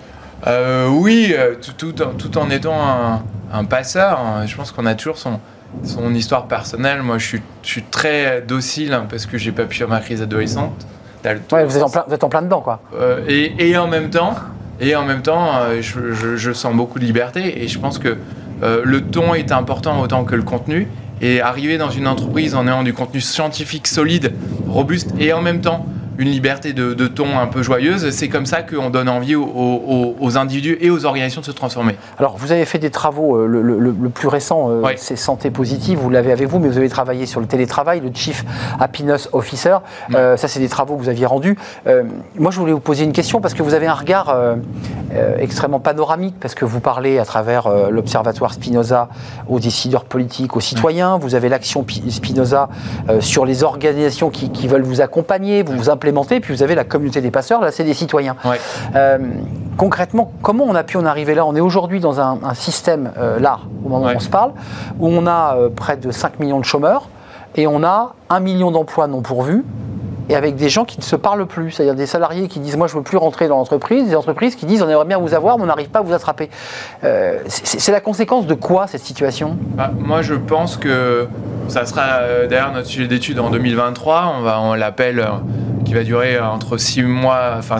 Euh, oui, tout, tout, tout en étant un, un passeur, je pense qu'on a toujours son, son histoire personnelle. Moi, je suis, je suis très docile hein, parce que j'ai pas pu faire ma crise adolescente. Ouais, vous, êtes en plein, vous êtes en plein dedans, quoi. Euh, et, et en même temps, et en même temps, euh, je, je, je sens beaucoup de liberté et je pense que euh, le ton est important autant que le contenu. Et arriver dans une entreprise en ayant du contenu scientifique solide, robuste et en même temps une liberté de, de ton un peu joyeuse, c'est comme ça qu'on donne envie aux, aux, aux individus et aux organisations de se transformer. Alors, vous avez fait des travaux, euh, le, le, le plus récent, euh, oui. c'est Santé Positive, vous l'avez avec vous, mais vous avez travaillé sur le télétravail, le Chief Happiness Officer, oui. euh, ça c'est des travaux que vous aviez rendus. Euh, moi je voulais vous poser une question, parce que vous avez un regard euh, euh, extrêmement panoramique, parce que vous parlez à travers euh, l'Observatoire Spinoza aux décideurs politiques, aux citoyens, oui. vous avez l'action Spinoza euh, sur les organisations qui, qui veulent vous accompagner, vous vous implémenter, puis vous avez la communauté des passeurs, là c'est des citoyens. Ouais. Euh, concrètement, comment on a pu en arriver là? On est aujourd'hui dans un, un système, euh, là, au moment ouais. où on se parle, où on a euh, près de cinq millions de chômeurs, et on a un million d'emplois non pourvus, et avec des gens qui ne se parlent plus, c'est-à-dire des salariés qui disent « moi je ne veux plus rentrer dans l'entreprise », des entreprises qui disent « on aimerait bien vous avoir, mais on n'arrive pas à vous attraper euh, ». C'est la conséquence de quoi cette situation? Bah, moi je pense que Ça sera euh, d'ailleurs notre sujet d'étude en deux mille vingt-trois. On, va, on l'appelle, euh, qui va durer entre six mois, enfin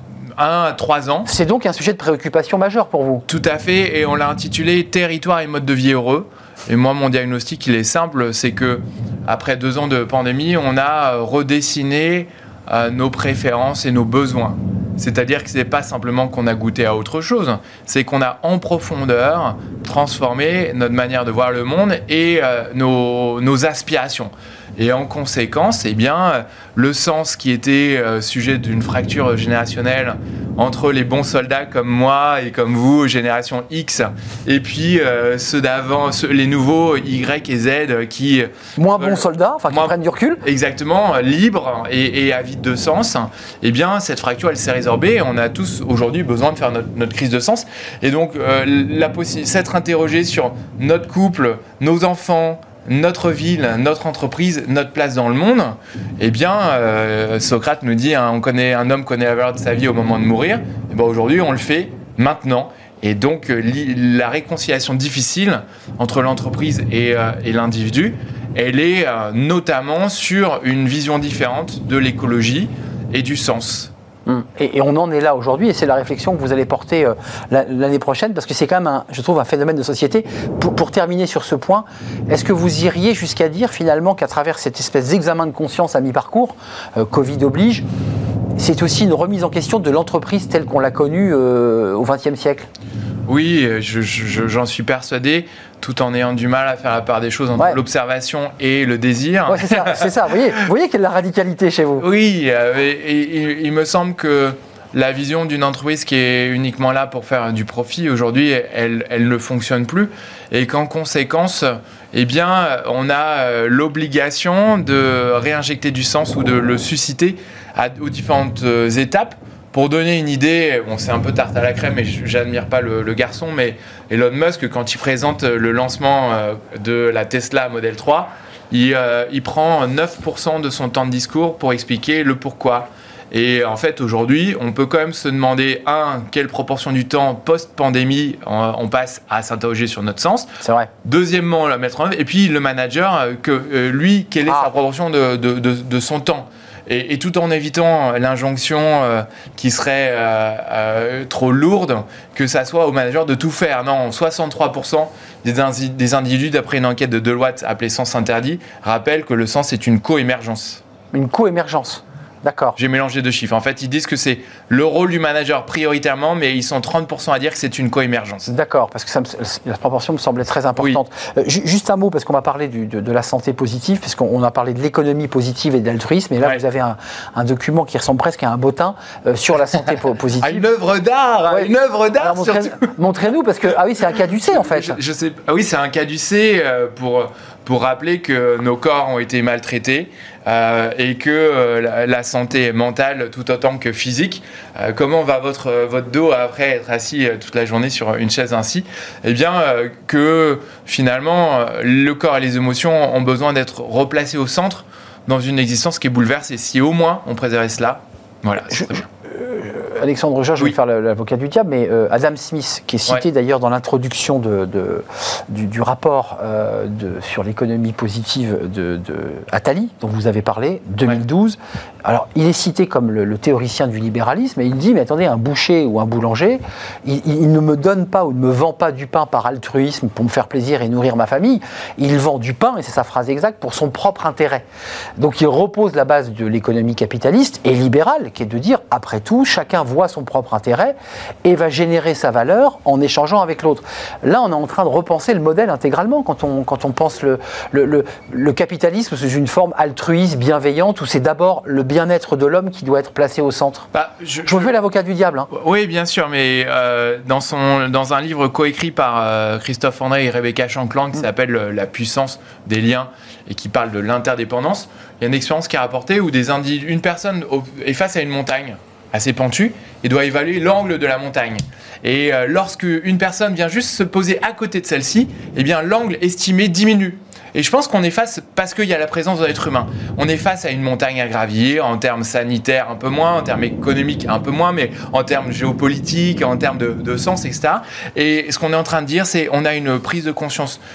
un à trois ans. C'est donc un sujet de préoccupation majeur pour vous? Tout à fait, et on l'a intitulé « Territoire et mode de vie heureux ». Et moi, mon diagnostic, il est simple, c'est que après deux ans de pandémie, on a redessiné euh, nos préférences et nos besoins. C'est-à-dire que ce n'est pas simplement qu'on a goûté à autre chose, c'est qu'on a en profondeur transformé notre manière de voir le monde et euh, nos, nos aspirations. Et en conséquence, eh bien, le sens qui était euh, sujet d'une fracture générationnelle entre les bons soldats comme moi et comme vous, génération X, et puis euh, ceux d'avant, ceux, les nouveaux Y et Z qui... Moins bons soldats, enfin qui moins, prennent du recul. Exactement, libres et, et avides de sens. Eh bien, cette fracture, elle s'est résorbée. On a tous aujourd'hui besoin de faire notre, notre crise de sens. Et donc, euh, la possi- s'être interrogé sur notre couple, nos enfants, notre ville, notre entreprise, notre place dans le monde, eh bien, euh, Socrate nous dit, hein, on connaît, un homme connaît la valeur de sa vie au moment de mourir. Et ben aujourd'hui, on le fait maintenant. Et donc, euh, la réconciliation difficile entre l'entreprise et, euh, et l'individu, elle est euh, notamment sur une vision différente de l'écologie et du sens. Et, et on en est là aujourd'hui, et c'est la réflexion que vous allez porter euh, l'année prochaine, parce que c'est quand même, un, je trouve, un phénomène de société. Pour, pour terminer sur ce point, est-ce que vous iriez jusqu'à dire finalement qu'à travers cette espèce d'examen de conscience à mi-parcours, euh, Covid oblige, c'est aussi une remise en question de l'entreprise telle qu'on l'a connue euh, au vingtième siècle? Oui, je, je, j'en suis persuadé, tout en ayant du mal à faire la part des choses entre ouais. l'observation et le désir. Ouais, c'est ça, c'est ça. Vous voyez, vous voyez qu'il y a de la radicalité chez vous. Oui, euh, et, et, et, il me semble que la vision d'une entreprise qui est uniquement là pour faire du profit, aujourd'hui, elle, elle ne fonctionne plus. Et qu'en conséquence, eh bien, on a l'obligation de réinjecter du sens ou de le susciter à, aux différentes étapes. Pour donner une idée, bon, c'est un peu tarte à la crème, et j'admire pas le, le garçon, mais Elon Musk, quand il présente le lancement de la Tesla Model trois, il, euh, il prend neuf pour cent de son temps de discours pour expliquer le pourquoi. Et en fait, aujourd'hui, on peut quand même se demander, un, quelle proportion du temps post-pandémie on, on passe à s'interroger sur notre sens. C'est vrai. Deuxièmement, la mettre en œuvre. Et puis, le manager, que, euh, lui, quelle est ah. sa proportion de, de, de, de son temps. Et, et tout en évitant l'injonction euh, qui serait euh, euh, trop lourde, que ça soit au manager de tout faire. Non, soixante-trois pour cent des, indi- des individus, d'après une enquête de Deloitte appelée Sens Interdit, rappellent que le sens est une co-émergence. Une co-émergence. D'accord. J'ai mélangé deux chiffres. En fait, ils disent que c'est le rôle du manager prioritairement, mais ils sont trente pour cent à dire que c'est une co-émergence. D'accord, parce que ça me, la proportion me semblait très importante. Oui. Euh, juste un mot, parce qu'on va parler du, de, de la santé positive, puisqu'on a parlé de l'économie positive et de l'altruisme, et là, ouais. vous avez un, un document qui ressemble presque à un bottin euh, sur la santé po- positive. Ah, une œuvre d'art ouais. Une œuvre d'art, alors, montrez, montrez-nous, parce que, ah oui, c'est un caducée, en fait. Je, je sais, ah oui, c'est un caducée euh, pour... pour rappeler que nos corps ont été maltraités euh, et que euh, la, la santé mentale tout autant que physique. Euh, comment va votre, votre dos après être assis toute la journée sur une chaise ainsi? Eh bien, euh, que finalement, le corps et les émotions ont besoin d'être replacés au centre dans une existence qui est bouleversée. Et si au moins on préservait cela, voilà. Je, je, Alexandre Georges, je vais oui. faire l'avocat du diable, mais euh, Adam Smith, qui est cité ouais. d'ailleurs dans l'introduction de, de, du, du rapport euh, de, sur l'économie positive de, de Attali, dont vous avez parlé, deux mille douze. Ouais. Alors, il est cité comme le, le théoricien du libéralisme, et il dit, mais attendez, un boucher ou un boulanger, il, il ne me donne pas ou ne me vend pas du pain par altruisme pour me faire plaisir et nourrir ma famille, il vend du pain, et c'est sa phrase exacte, pour son propre intérêt. Donc, il repose la base de l'économie capitaliste et libérale, qui est de dire, après tout, chacun voit son propre intérêt et va générer sa valeur en échangeant avec l'autre. Là, on est en train de repenser le modèle intégralement quand on, quand on pense le, le, le, le capitalisme sous une forme altruiste, bienveillante, où c'est d'abord le bien-être de l'homme qui doit être placé au centre. Bah, je, je vous fais l'avocat du diable. Hein. Oui, bien sûr, mais euh, dans, son, dans un livre coécrit par euh, Christophe André et Rebecca Shankland qui mmh. s'appelle « La puissance des liens » et qui parle de l'interdépendance, il y a une expérience qui est rapportée où des indi- une personne est face à une montagne assez pentue et doit évaluer l'angle de la montagne. Et euh, lorsque une personne vient juste se poser à côté de celle-ci, eh bien l'angle estimé diminue. Et je pense qu'on est face, parce qu'il y a la présence de l'être humain, on est face à une montagne à gravir, en termes sanitaires un peu moins, en termes économiques un peu moins, mais en termes géopolitiques, en termes de, de sens, et cetera. Et ce qu'on est en train de dire, c'est qu'on a une prise de conscience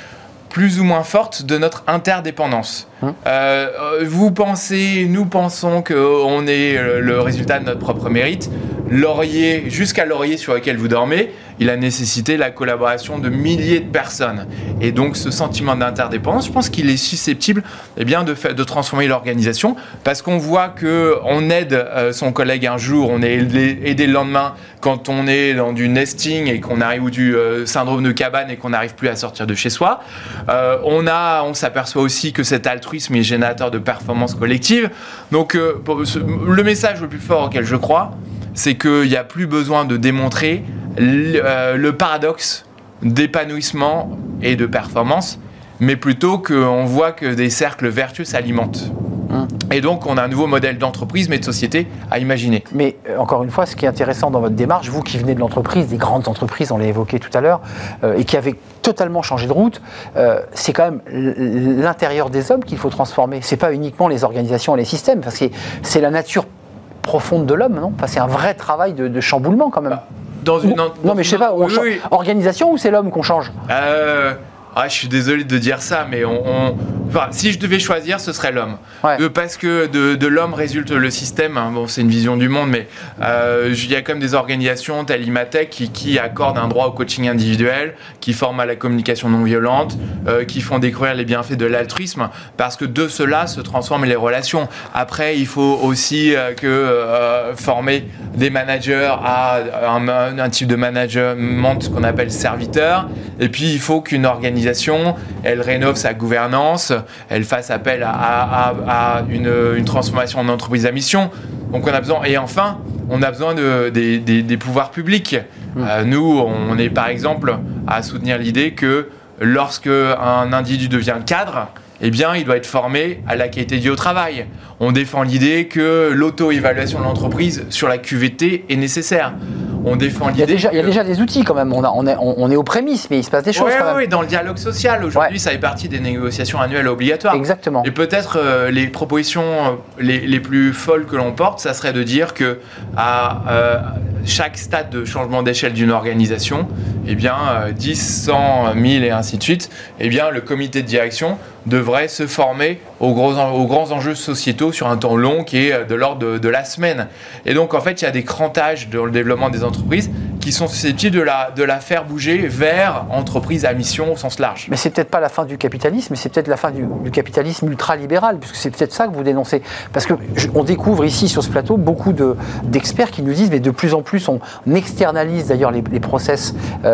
plus ou moins forte de notre interdépendance. Hum. Euh, vous pensez, nous pensons qu'on est le résultat de notre propre mérite. L'oreiller, jusqu'à l'oreiller sur lequel vous dormez, il a nécessité la collaboration de milliers de personnes. Et donc ce sentiment d'interdépendance, je pense qu'il est susceptible eh bien, de, fa- de transformer l'organisation, parce qu'on voit qu'on aide euh, son collègue un jour, on est aidé, aidé le lendemain quand on est dans du nesting et qu'on arrive, ou du euh, syndrome de cabane et qu'on n'arrive plus à sortir de chez soi. Euh, on, a, on s'aperçoit aussi que cet altruisme est générateur de performance collective. Donc euh, ce, le message le plus fort auquel je crois, c'est qu'il n'y a plus besoin de démontrer le, euh, le paradoxe d'épanouissement et de performance, mais plutôt qu'on voit que des cercles vertueux s'alimentent. Hum. Et donc, on a un nouveau modèle d'entreprise, mais de société à imaginer. Mais euh, encore une fois, ce qui est intéressant dans votre démarche, vous qui venez de l'entreprise, des grandes entreprises, on l'a évoqué tout à l'heure, euh, et qui avez totalement changé de route, euh, c'est quand même l'intérieur des hommes qu'il faut transformer. C'est pas uniquement les organisations et les systèmes, parce que c'est la nature profonde de l'homme, non ? Enfin, c'est un vrai travail de, de chamboulement quand même. Bah, dans une, ou, dans non, mais je sais pas, oui, oui. organisation ou c'est l'homme qu'on change ? euh, ah, Je suis désolé de dire ça, mais on, on... Enfin, si je devais choisir, ce serait l'homme. Ouais. Euh, parce que de, de l'homme résulte le système. Hein. Bon, c'est une vision du monde, mais euh, il y a quand même des organisations telles Imatech qui, qui accordent un droit au coaching individuel, qui forment à la communication non violente, euh, qui font découvrir les bienfaits de l'altruisme, parce que de cela se transforment les relations. Après, il faut aussi euh, que euh, former des managers à un, un type de management qu'on appelle serviteur. Et puis, il faut qu'une organisation, elle rénove sa gouvernance, elle fasse appel à, à, à une, une transformation en entreprise à mission. Donc on a besoin, et enfin, on a besoin de, des, des, des pouvoirs publics. Mmh. Euh, nous, on est par exemple à soutenir l'idée que lorsque un individu devient cadre, eh bien, il doit être formé à la qualité de vie au travail. On défend l'idée que l'auto-évaluation de l'entreprise sur la Q V T est nécessaire. On défend l'idée. Il y a déjà, que... il y a déjà des outils quand même. On, a, on, est, on est aux prémices, mais il se passe des choses. Oui, quand même. oui, dans le dialogue social. Aujourd'hui, ouais. Ça fait partie des négociations annuelles obligatoires. Exactement. Et peut-être euh, les propositions euh, les, les plus folles que l'on porte, ça serait de dire que à euh, chaque stade de changement d'échelle d'une organisation, eh bien, euh, dix, cent, mille et ainsi de suite, eh bien, le comité de direction devrait se former aux, gros, aux grands enjeux sociétaux sur un temps long qui est de l'ordre de, de la semaine. Et donc, en fait, il y a des crantages dans le développement des entreprises qui sont susceptibles de la, de la faire bouger vers entreprise à mission au sens large. Mais c'est peut-être pas la fin du capitalisme, mais c'est peut-être la fin du, du capitalisme ultralibéral, puisque c'est peut-être ça que vous dénoncez. Parce qu'on découvre ici, sur ce plateau, beaucoup de, d'experts qui nous disent, mais de plus en plus, on externalise d'ailleurs les, les process.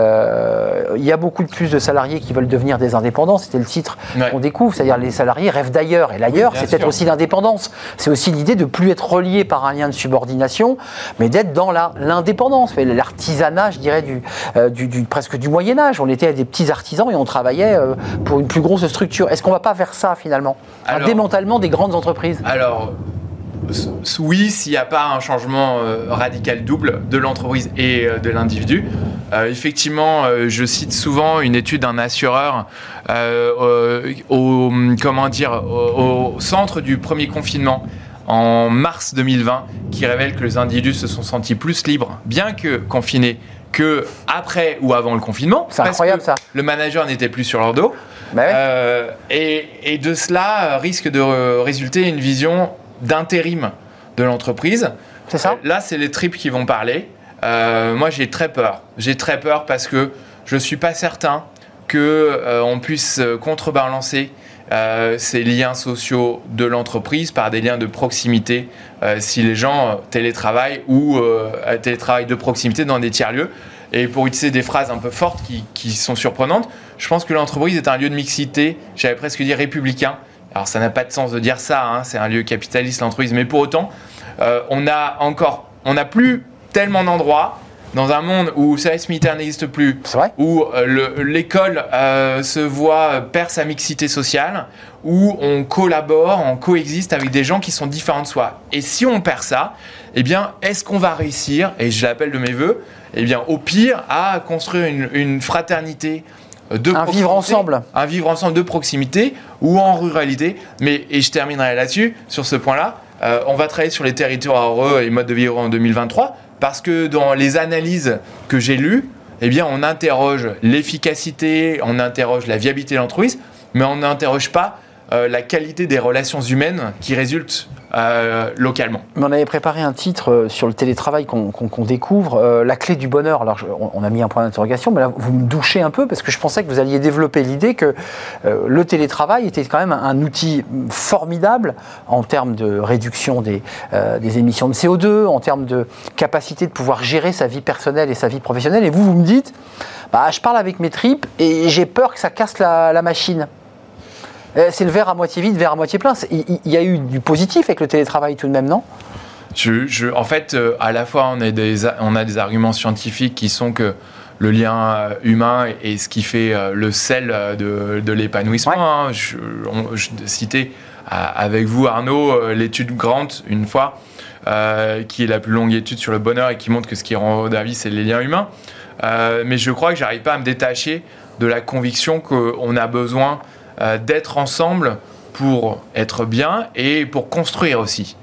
Euh, il y a beaucoup de plus de salariés qui veulent devenir des indépendants, c'était le titre ouais. qu'on découvre, c'est-à-dire les salariés rêvent d'ailleurs. Et l'ailleurs, oui, c'est sûr. Peut-être aussi l'indépendance. C'est aussi l'idée de ne plus être relié par un lien de subordination, mais d'être dans la, l'indépendance, l'artisanat, je dirais, du, euh, du, du, presque du Moyen-Âge. On était des petits artisans et on travaillait euh, pour une plus grosse structure. Est-ce qu'on ne va pas vers ça, finalement ? Alors, un démantèlement des grandes entreprises ? Alors, oui, s'il n'y a pas un changement euh, radical double de l'entreprise et euh, de l'individu. Euh, effectivement, euh, je cite souvent une étude d'un assureur euh, au, comment dire, au, au centre du premier confinement en mars deux mille vingt, qui révèle que les individus se sont sentis plus libres, bien que confinés, que après ou avant le confinement. C'est incroyable ça. Le manager n'était plus sur leur dos. Bah ouais. euh, et, et de cela risque de résulter une vision d'intérim de l'entreprise. C'est ça. Là, c'est les tripes qui vont parler. Euh, moi, j'ai très peur. J'ai très peur parce que je ne suis pas certain qu'on euh, puisse contrebalancer euh, ces liens sociaux de l'entreprise par des liens de proximité euh, si les gens euh, télétravaillent ou euh, télétravaillent de proximité dans des tiers-lieux. Et pour utiliser des phrases un peu fortes qui, qui sont surprenantes, je pense que l'entreprise est un lieu de mixité, j'allais presque dire républicain. Alors ça n'a pas de sens de dire ça, hein, c'est un lieu capitaliste l'entreprise, mais pour autant, euh, on a encore, on n'a plus tellement d'endroits dans un monde où le service militaire n'existe plus, où euh, le, l'école euh, se voit perd sa mixité sociale, où on collabore, on coexiste avec des gens qui sont différents de soi. Et si on perd ça, eh bien, est-ce qu'on va réussir, et je l'appelle de mes voeux, eh bien, au pire, à construire une, une fraternité de un vivre ensemble, un vivre ensemble de proximité ou en ruralité. Mais et je terminerai là-dessus sur ce point-là. Euh, on va travailler sur les territoires heureux et modes de vie heureux en deux mille vingt-trois parce que dans les analyses que j'ai lues, eh bien, on interroge l'efficacité, on interroge la viabilité de l'entreprise, mais on n'interroge pas euh, la qualité des relations humaines qui résultent euh, localement. Mais on avait préparé un titre euh, sur le télétravail qu'on, qu'on, qu'on découvre, euh, la clé du bonheur. Alors, je, on, on a mis un point d'interrogation, mais là, vous me douchez un peu parce que je pensais que vous alliez développer l'idée que euh, le télétravail était quand même un, un outil formidable en termes de réduction des, euh, des émissions de C O deux, en termes de capacité de pouvoir gérer sa vie personnelle et sa vie professionnelle. Et vous, vous me dites, bah, je parle avec mes tripes et j'ai peur que ça casse la, la machine. C'est le verre à moitié vide, verre à moitié plein. Il, il y a eu du positif avec le télétravail tout de même, non ? je, je, En fait, euh, à la fois, on a, des, on a des arguments scientifiques qui sont que le lien humain est ce qui fait euh, le sel de, de l'épanouissement. Ouais. Hein. Je, on, je citais avec vous, Arnaud, l'étude Grant, une fois, euh, qui est la plus longue étude sur le bonheur et qui montre que ce qui rend la vie, c'est les liens humains. Euh, mais je crois que je n'arrive pas à me détacher de la conviction qu'on a besoin Euh, d'être ensemble pour être bien et pour construire aussi.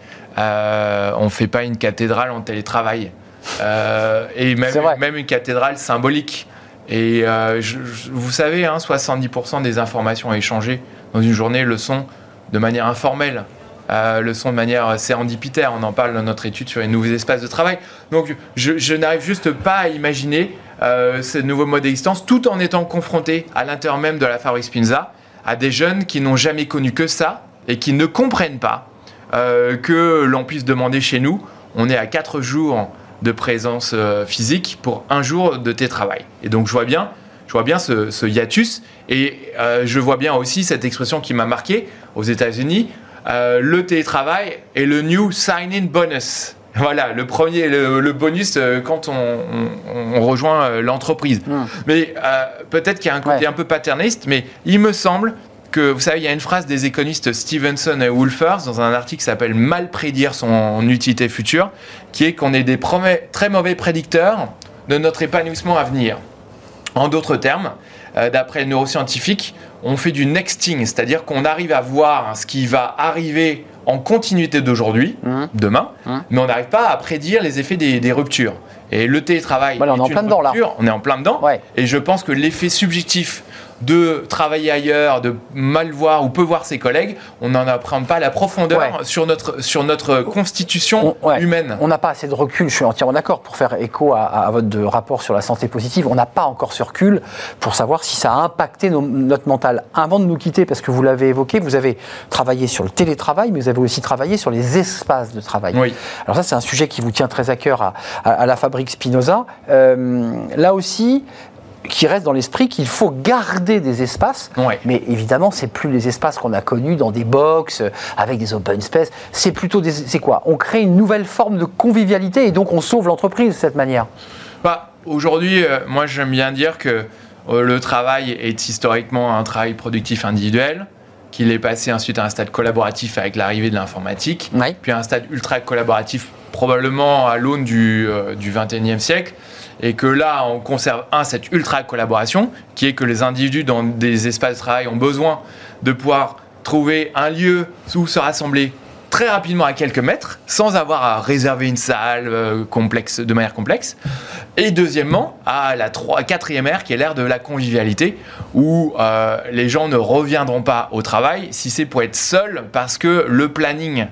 Euh, on ne fait pas une cathédrale en télétravail. Euh, et même, même une cathédrale symbolique. Et euh, je, je, vous savez, hein, soixante-dix pour cent des informations échangées dans une journée le sont de manière informelle, euh, le sont de manière sérendipitaire. On en parle dans notre étude sur les nouveaux espaces de travail. Donc je, je n'arrive juste pas à imaginer euh, ce nouveau mode d'existence tout en étant confronté à l'intérieur même de la Fabrice Pinza à des jeunes qui n'ont jamais connu que ça et qui ne comprennent pas euh, que l'on puisse demander chez nous, on est à quatre jours de présence euh, physique pour un jour de télétravail. Et donc je vois bien, je vois bien ce, ce hiatus et euh, je vois bien aussi cette expression qui m'a marqué aux États-Unis, euh, le télétravail est le new sign-in bonus. Voilà, le premier, le, le bonus euh, quand on, on, on rejoint euh, l'entreprise. Mmh. Mais euh, peut-être qu'il y a un côté ouais. un peu paterniste, mais il me semble que, vous savez, il y a une phrase des économistes Stevenson et Wolfers dans un article qui s'appelle « Mal prédire son utilité future », qui est qu'on est des promets, très mauvais prédicteurs de notre épanouissement à venir. En d'autres termes, euh, d'après les neuroscientifiques, on fait du nexting, c'est-à-dire qu'on arrive à voir ce qui va arriver en continuité d'aujourd'hui, mmh. demain, mmh. mais on n'arrive pas à prédire les effets des, des ruptures. Et le télétravail, voilà, on est en plein dedans là. On est en plein dedans. Ouais. Et je pense que l'effet subjectif de travailler ailleurs, de mal voir ou peu voir ses collègues, on n'en apprend pas la profondeur ouais. sur notre sur notre constitution on, ouais. humaine. On n'a pas assez de recul, je suis entièrement d'accord, pour faire écho à, à votre rapport sur la santé positive. On n'a pas encore ce recul pour savoir si ça a impacté nos, notre mental. Avant de nous quitter, parce que vous l'avez évoqué, vous avez travaillé sur le télétravail, mais vous avez aussi travaillé sur les espaces de travail. Oui. Alors ça, c'est un sujet qui vous tient très à cœur à, à, à la Fabrique Spinoza. Euh, là aussi, qui reste dans l'esprit qu'il faut garder des espaces, ouais. mais évidemment, c'est plus les espaces qu'on a connus dans des box, avec des open space, c'est plutôt des, c'est quoi ? On crée une nouvelle forme de convivialité et donc on sauve l'entreprise de cette manière. Bah, aujourd'hui, euh, moi j'aime bien dire que euh, le travail est historiquement un travail productif individuel, qu'il est passé ensuite à un stade collaboratif avec l'arrivée de l'informatique, ouais. puis à un stade ultra collaboratif probablement à l'aune du, euh, du vingt et unième siècle, et que là, on conserve, un, cette ultra-collaboration, qui est que les individus dans des espaces de travail ont besoin de pouvoir trouver un lieu où se rassembler très rapidement à quelques mètres, sans avoir à réserver une salle euh, complexe, de manière complexe. Et deuxièmement, à la trois, quatrième ère, qui est l'ère de la convivialité, où euh, les gens ne reviendront pas au travail si c'est pour être seuls, parce que le planning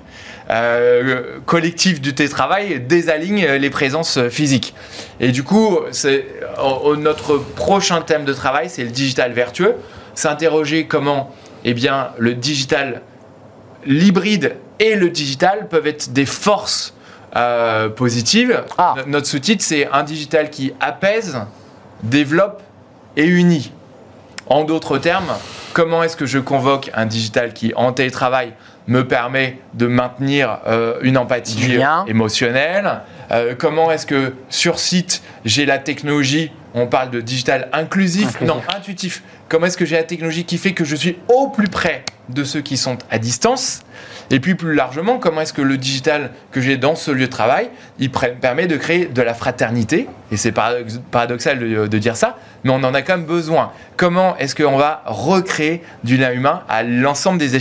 euh, collectif du télétravail désaligne les présences physiques. Et du coup, c'est, euh, notre prochain thème de travail, c'est le digital vertueux. S'interroger comment eh bien, le digital, l'hybride et le digital peuvent être des forces euh, positives. Ah. Notre sous-titre, c'est un digital qui apaise, développe et unit. En d'autres termes, comment est-ce que je convoque un digital qui, en télétravail, me permet de maintenir euh, une empathie émotionnelle ? euh, Comment est-ce que, sur site, j'ai la technologie, on parle de digital inclusif, inclusif. non, intuitif. Comment est-ce que j'ai la technologie qui fait que je suis au plus près de ceux qui sont à distance ? Et puis plus largement, comment est-ce que le digital que j'ai dans ce lieu de travail, il permet de créer de la fraternité ? Et c'est paradoxal de, de dire ça, mais on en a quand même besoin. Comment est-ce qu'on va recréer du lien humain à l'ensemble des échelles de vie ?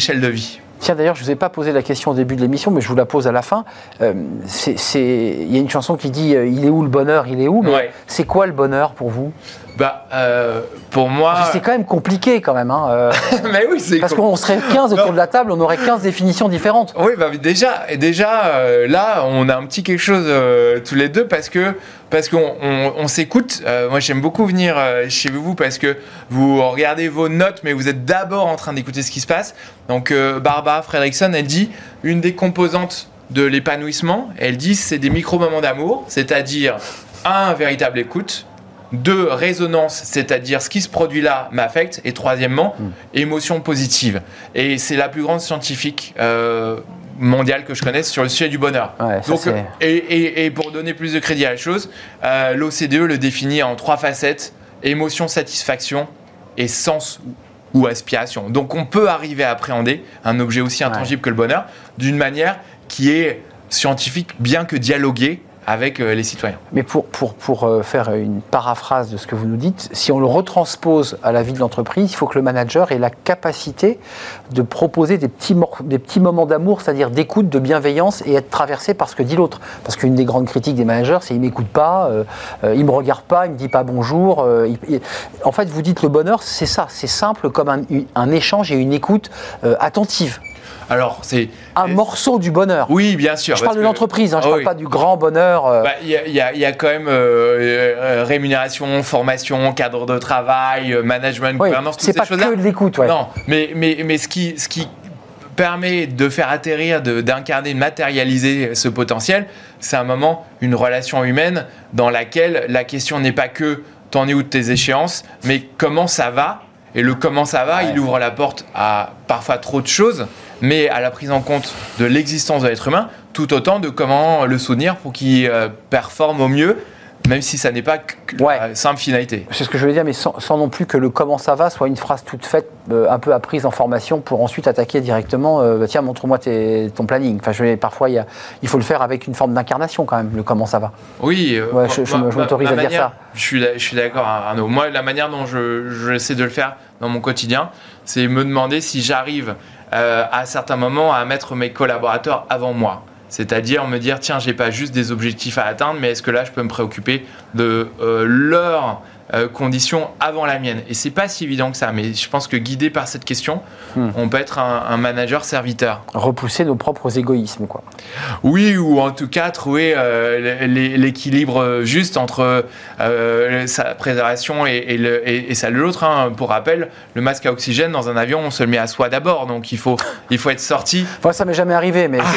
Tiens, d'ailleurs, je ne vous ai pas posé la question au début de l'émission, mais je vous la pose à la fin. Euh, c'est, c'est... Il y a une chanson qui dit euh, « Il est où le bonheur, il est où ?» Mais ouais. C'est quoi le bonheur pour vous ? Bah, euh, pour moi... Parce que c'est quand même compliqué quand même. Hein, euh... mais oui, c'est Parce qu'on serait quinze autour de la table, on aurait quinze définitions différentes. Oui, bah déjà, déjà euh, là, on a un petit quelque chose euh, tous les deux parce que parce qu'on on, on s'écoute. Euh, moi, j'aime beaucoup venir euh, chez vous parce que vous regardez vos notes, mais vous êtes d'abord en train d'écouter ce qui se passe. Donc, euh, Barbara Fredrickson, elle dit une des composantes de l'épanouissement, elle dit c'est des micro-moments d'amour, c'est-à-dire un, véritable écoute. Deux, résonance, c'est-à-dire ce qui se produit là m'affecte. Et troisièmement, mmh. émotion positive. Et c'est la plus grande scientifique euh, mondiale que je connaisse sur le sujet du bonheur. Ouais, Donc, et, et, et pour donner plus de crédit à la chose, euh, l'O C D E le définit en trois facettes, émotion, satisfaction et sens ou, ou aspiration. Donc on peut arriver à appréhender un objet aussi intangible ouais. que le bonheur d'une manière qui est scientifique, bien que dialoguée avec les citoyens. Mais pour, pour, pour faire une paraphrase de ce que vous nous dites, si on le retranspose à la vie de l'entreprise, il faut que le manager ait la capacité de proposer des petits, des petits moments d'amour, c'est-à-dire d'écoute, de bienveillance et être traversé par ce que dit l'autre. Parce qu'une des grandes critiques des managers, c'est « il ne m'écoute pas, euh, euh, il ne me regarde pas, il ne me dit pas bonjour euh, ». En fait, vous dites le bonheur, c'est ça, c'est simple comme un, un échange et une écoute euh, attentive. Alors, c'est un morceau du bonheur. Oui, bien sûr. Je parle de l'entreprise, hein, je ne oh, parle oui. pas du grand bonheur. Il euh... bah, y, y, y a quand même euh, euh, rémunération, formation, cadre de travail, management, oui, gouvernance, toutes ces ces choses-là. C'est pas que de l'écoute. Ouais. Non, mais, mais, mais ce, qui, ce qui permet de faire atterrir, de, d'incarner, de matérialiser ce potentiel, c'est un moment, une relation humaine dans laquelle la question n'est pas que « t'en es où de tes échéances », mais « comment ça va ?» Et le « comment ça va ouais. », il ouvre la porte à parfois trop de choses, mais à la prise en compte de l'existence de l'être humain, tout autant de comment le soutenir pour qu'il euh, performe au mieux, même si ça n'est pas que ouais. la simple finalité. C'est ce que je voulais dire, mais sans, sans non plus que le « comment ça va » soit une phrase toute faite, euh, un peu apprise en formation, pour ensuite attaquer directement euh, « tiens, montre-moi tes, ton planning ». Enfin, je vais, parfois, y a, il faut le faire avec une forme d'incarnation quand même, le « comment ça va ». Oui, euh, ouais, je, je, ma, je m'autorise ma, ma à dire manière, ça. Je suis, je suis d'accord, Arnaud. Moi, la manière dont je, je essaie de le faire dans mon quotidien, c'est me demander si j'arrive euh, à certains moments à mettre mes collaborateurs avant moi. C'est-à-dire me dire, tiens, j'ai pas juste des objectifs à atteindre, mais est-ce que là, je peux me préoccuper de euh, leurs euh, conditions avant la mienne ? Et c'est pas si évident que ça, mais je pense que guidé par cette question, hmm. on peut être un, un manager serviteur. Repousser nos propres égoïsmes, quoi. Oui, ou en tout cas trouver euh, l'équilibre juste entre euh, sa préservation et, et, le, et, et celle de l'autre. Hein. Pour rappel, le masque à oxygène dans un avion, on se le met à soi d'abord, donc il faut, il faut être sorti. Enfin, ça m'est jamais arrivé, mais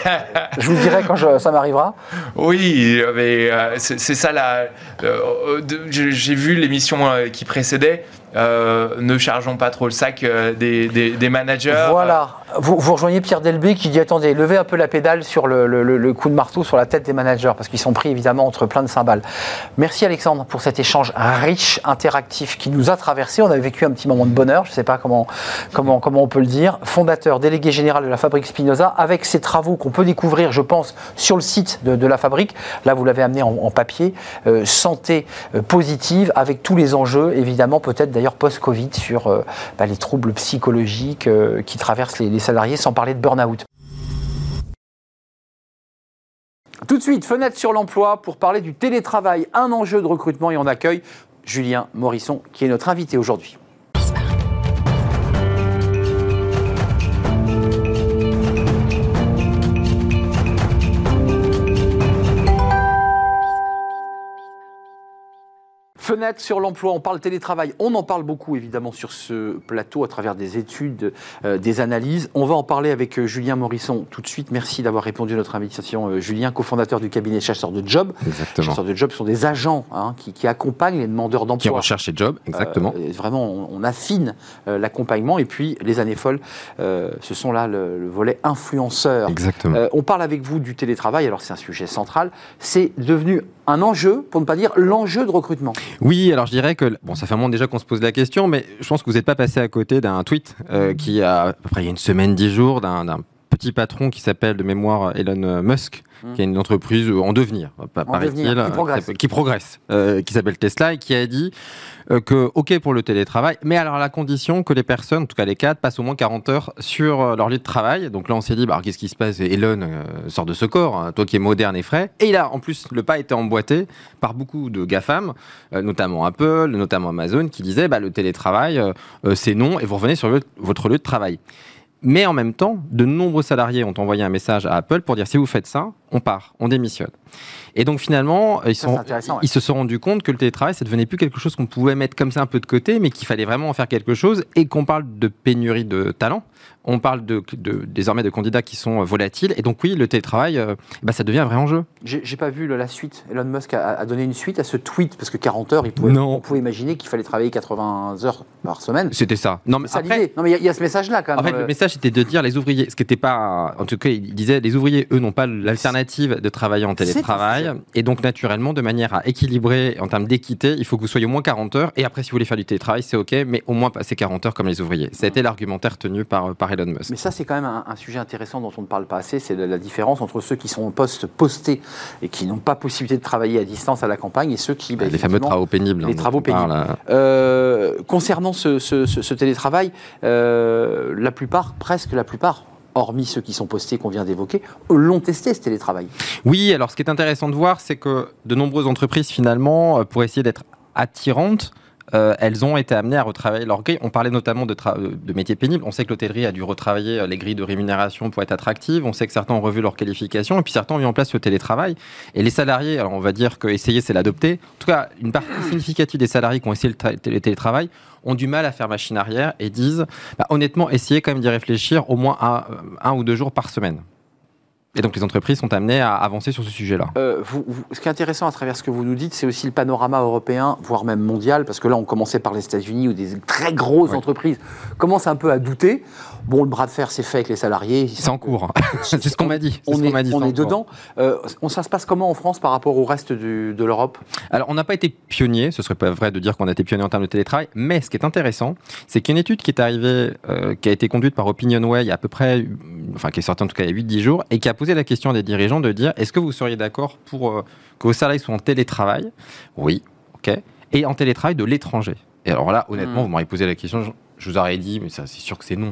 je vous le dirai quand je, ça m'arrivera. Oui, mais euh, c'est, c'est ça la. Euh, de, j'ai vu l'émission qui précédait. Euh, ne chargeons pas trop le sac euh, des, des, des managers. Voilà. Vous, vous rejoignez Pierre Delbé qui dit attendez, levez un peu la pédale sur le, le, le coup de marteau sur la tête des managers parce qu'ils sont pris évidemment entre plein de cymbales. Merci Alexandre pour cet échange riche, interactif qui nous a traversé. On a vécu un petit moment de bonheur, je ne sais pas comment, comment, comment on peut le dire. Fondateur, délégué général de la Fabrique Spinoza, avec ses travaux qu'on peut découvrir, je pense, sur le site de, de la Fabrique. Là, vous l'avez amené en, en papier. Euh, santé euh, positive avec tous les enjeux, évidemment, peut-être d'ailleurs post-Covid sur euh, bah, les troubles psychologiques euh, qui traversent les, les salariés, sans parler de burn-out. Tout de suite, fenêtre sur l'emploi pour parler du télétravail, un enjeu de recrutement, et on accueille Julien Morisson qui est notre invité aujourd'hui. Fenêtre sur l'emploi, on parle télétravail, on en parle beaucoup évidemment sur ce plateau à travers des études, euh, des analyses. On va en parler avec euh, Julien Morisson tout de suite. Merci d'avoir répondu à notre invitation. Euh, Julien, cofondateur du cabinet Chasseurs de Job. Exactement. Chasseurs de Job sont des agents hein, qui, qui accompagnent les demandeurs d'emploi. Qui recherchent les jobs, exactement. Euh, vraiment, on, on affine euh, l'accompagnement. Et puis, les années folles, euh, ce sont là le, le volet influenceur. Exactement. Euh, on parle avec vous du télétravail, alors c'est un sujet central. C'est devenu un enjeu, pour ne pas dire l'enjeu de recrutement. Oui, alors je dirais que, bon, ça fait un moment déjà qu'on se pose la question, mais je pense que vous n'êtes pas passé à côté d'un tweet euh, qui a à peu près il y a une semaine, dix jours, d'un, d'un petit patron qui s'appelle de mémoire Elon Musk, mmh. qui a une entreprise en devenir, paraît-il, qui progresse, qui, progresse euh, qui s'appelle Tesla, et qui a dit euh, que OK pour le télétravail, mais alors à la condition que les personnes, en tout cas les cadres, passent au moins quarante heures sur leur lieu de travail. Donc là, on s'est dit, bah, alors, qu'est-ce qui se passe ? Elon euh, sort de ce corps, hein, toi qui es moderne et frais. Et là, en plus, le pas a été emboîté par beaucoup de GAFAM, euh, notamment Apple, notamment Amazon, qui disaient, bah, le télétravail, euh, euh, c'est non, et vous revenez sur le, votre lieu de travail. Mais en même temps, de nombreux salariés ont envoyé un message à Apple pour dire, si vous faites ça, on part, on démissionne. Et donc finalement, ils, ça, sont, ouais. ils se sont rendus compte que le télétravail, ça devenait plus quelque chose qu'on pouvait mettre comme ça un peu de côté, mais qu'il fallait vraiment en faire quelque chose, et qu'on parle de pénurie de talent. On parle de, de, désormais de candidats qui sont volatiles. Et donc oui, le télétravail, euh, bah, ça devient un vrai enjeu. J'ai, j'ai pas vu le, la suite. Elon Musk a, a donné une suite à ce tweet, parce que quarante heures, il pouvait, non. on pouvait imaginer qu'il fallait travailler quatre-vingts heures par semaine. C'était ça. Non, mais c'est ça après, l'idée. Non, mais il y, y a ce message-là quand même. En fait, le, le message, c'était de dire les ouvriers, ce qui n'était pas... En tout cas, il disait, les ouvriers, eux, n'ont pas l'alternative de travailler en télétravail. Et donc, naturellement, de manière à équilibrer, en termes d'équité, il faut que vous soyez au moins quarante heures. Et après, si vous voulez faire du télétravail, c'est OK, mais au moins passer quarante heures comme les ouvriers. C'était l'argumentaire tenu par, par Elon Musk. Mais ça, c'est quand même un, un sujet intéressant dont on ne parle pas assez, c'est la, la différence entre ceux qui sont en poste posté et qui n'ont pas possibilité de travailler à distance à la campagne et ceux qui... Bah, les fameux travaux pénibles. Les travaux pénibles. Parle, euh, concernant ce, ce, ce, ce télétravail, euh, la plupart, presque la plupart, hormis ceux qui sont postés qu'on vient d'évoquer, l'ont testé ce télétravail. Oui, alors ce qui est intéressant de voir, c'est que de nombreuses entreprises, finalement, pour essayer d'être attirantes, Euh, elles ont été amenées à retravailler leur grille. On parlait notamment de, tra- de métiers pénibles. On sait que l'hôtellerie a dû retravailler les grilles de rémunération pour être attractive. On sait que certains ont revu leurs qualifications et puis certains ont mis en place le télétravail. Et les salariés, alors on va dire que essayer, c'est l'adopter. En tout cas, une partie significative des salariés qui ont essayé le, tra- le télétravail ont du mal à faire machine arrière et disent, bah, honnêtement, essayez quand même d'y réfléchir au moins un, un ou deux jours par semaine. Et donc les entreprises sont amenées à avancer sur ce sujet-là. Euh, vous, vous, ce qui est intéressant à travers ce que vous nous dites, c'est aussi le panorama européen, voire même mondial, parce que là on commençait par les États-Unis où des très grosses oui. entreprises commencent un peu à douter. Bon, le bras de fer c'est fait avec les salariés. C'est en cours. C'est ce qu'on m'a dit. On ce est, qu'on m'a dit, on est dedans. Euh, on, ça se passe comment en France par rapport au reste du, de l'Europe ? Alors on n'a pas été pionnier, ce serait pas vrai de dire qu'on a été pionnier en termes de télétravail, mais ce qui est intéressant, c'est qu'il y a une étude qui est arrivée, euh, qui a été conduite par Opinionway il y a à peu près, enfin qui est sortie en tout cas il y a huit dix jours, et qui a posé la question des dirigeants de dire, est-ce que vous seriez d'accord pour euh, que vos salariés soient en télétravail ? Oui, ok. Et en télétravail de l'étranger. Et alors là, honnêtement, mmh. vous m'auriez posé la question, je, je vous aurais dit, mais ça, c'est sûr que c'est non.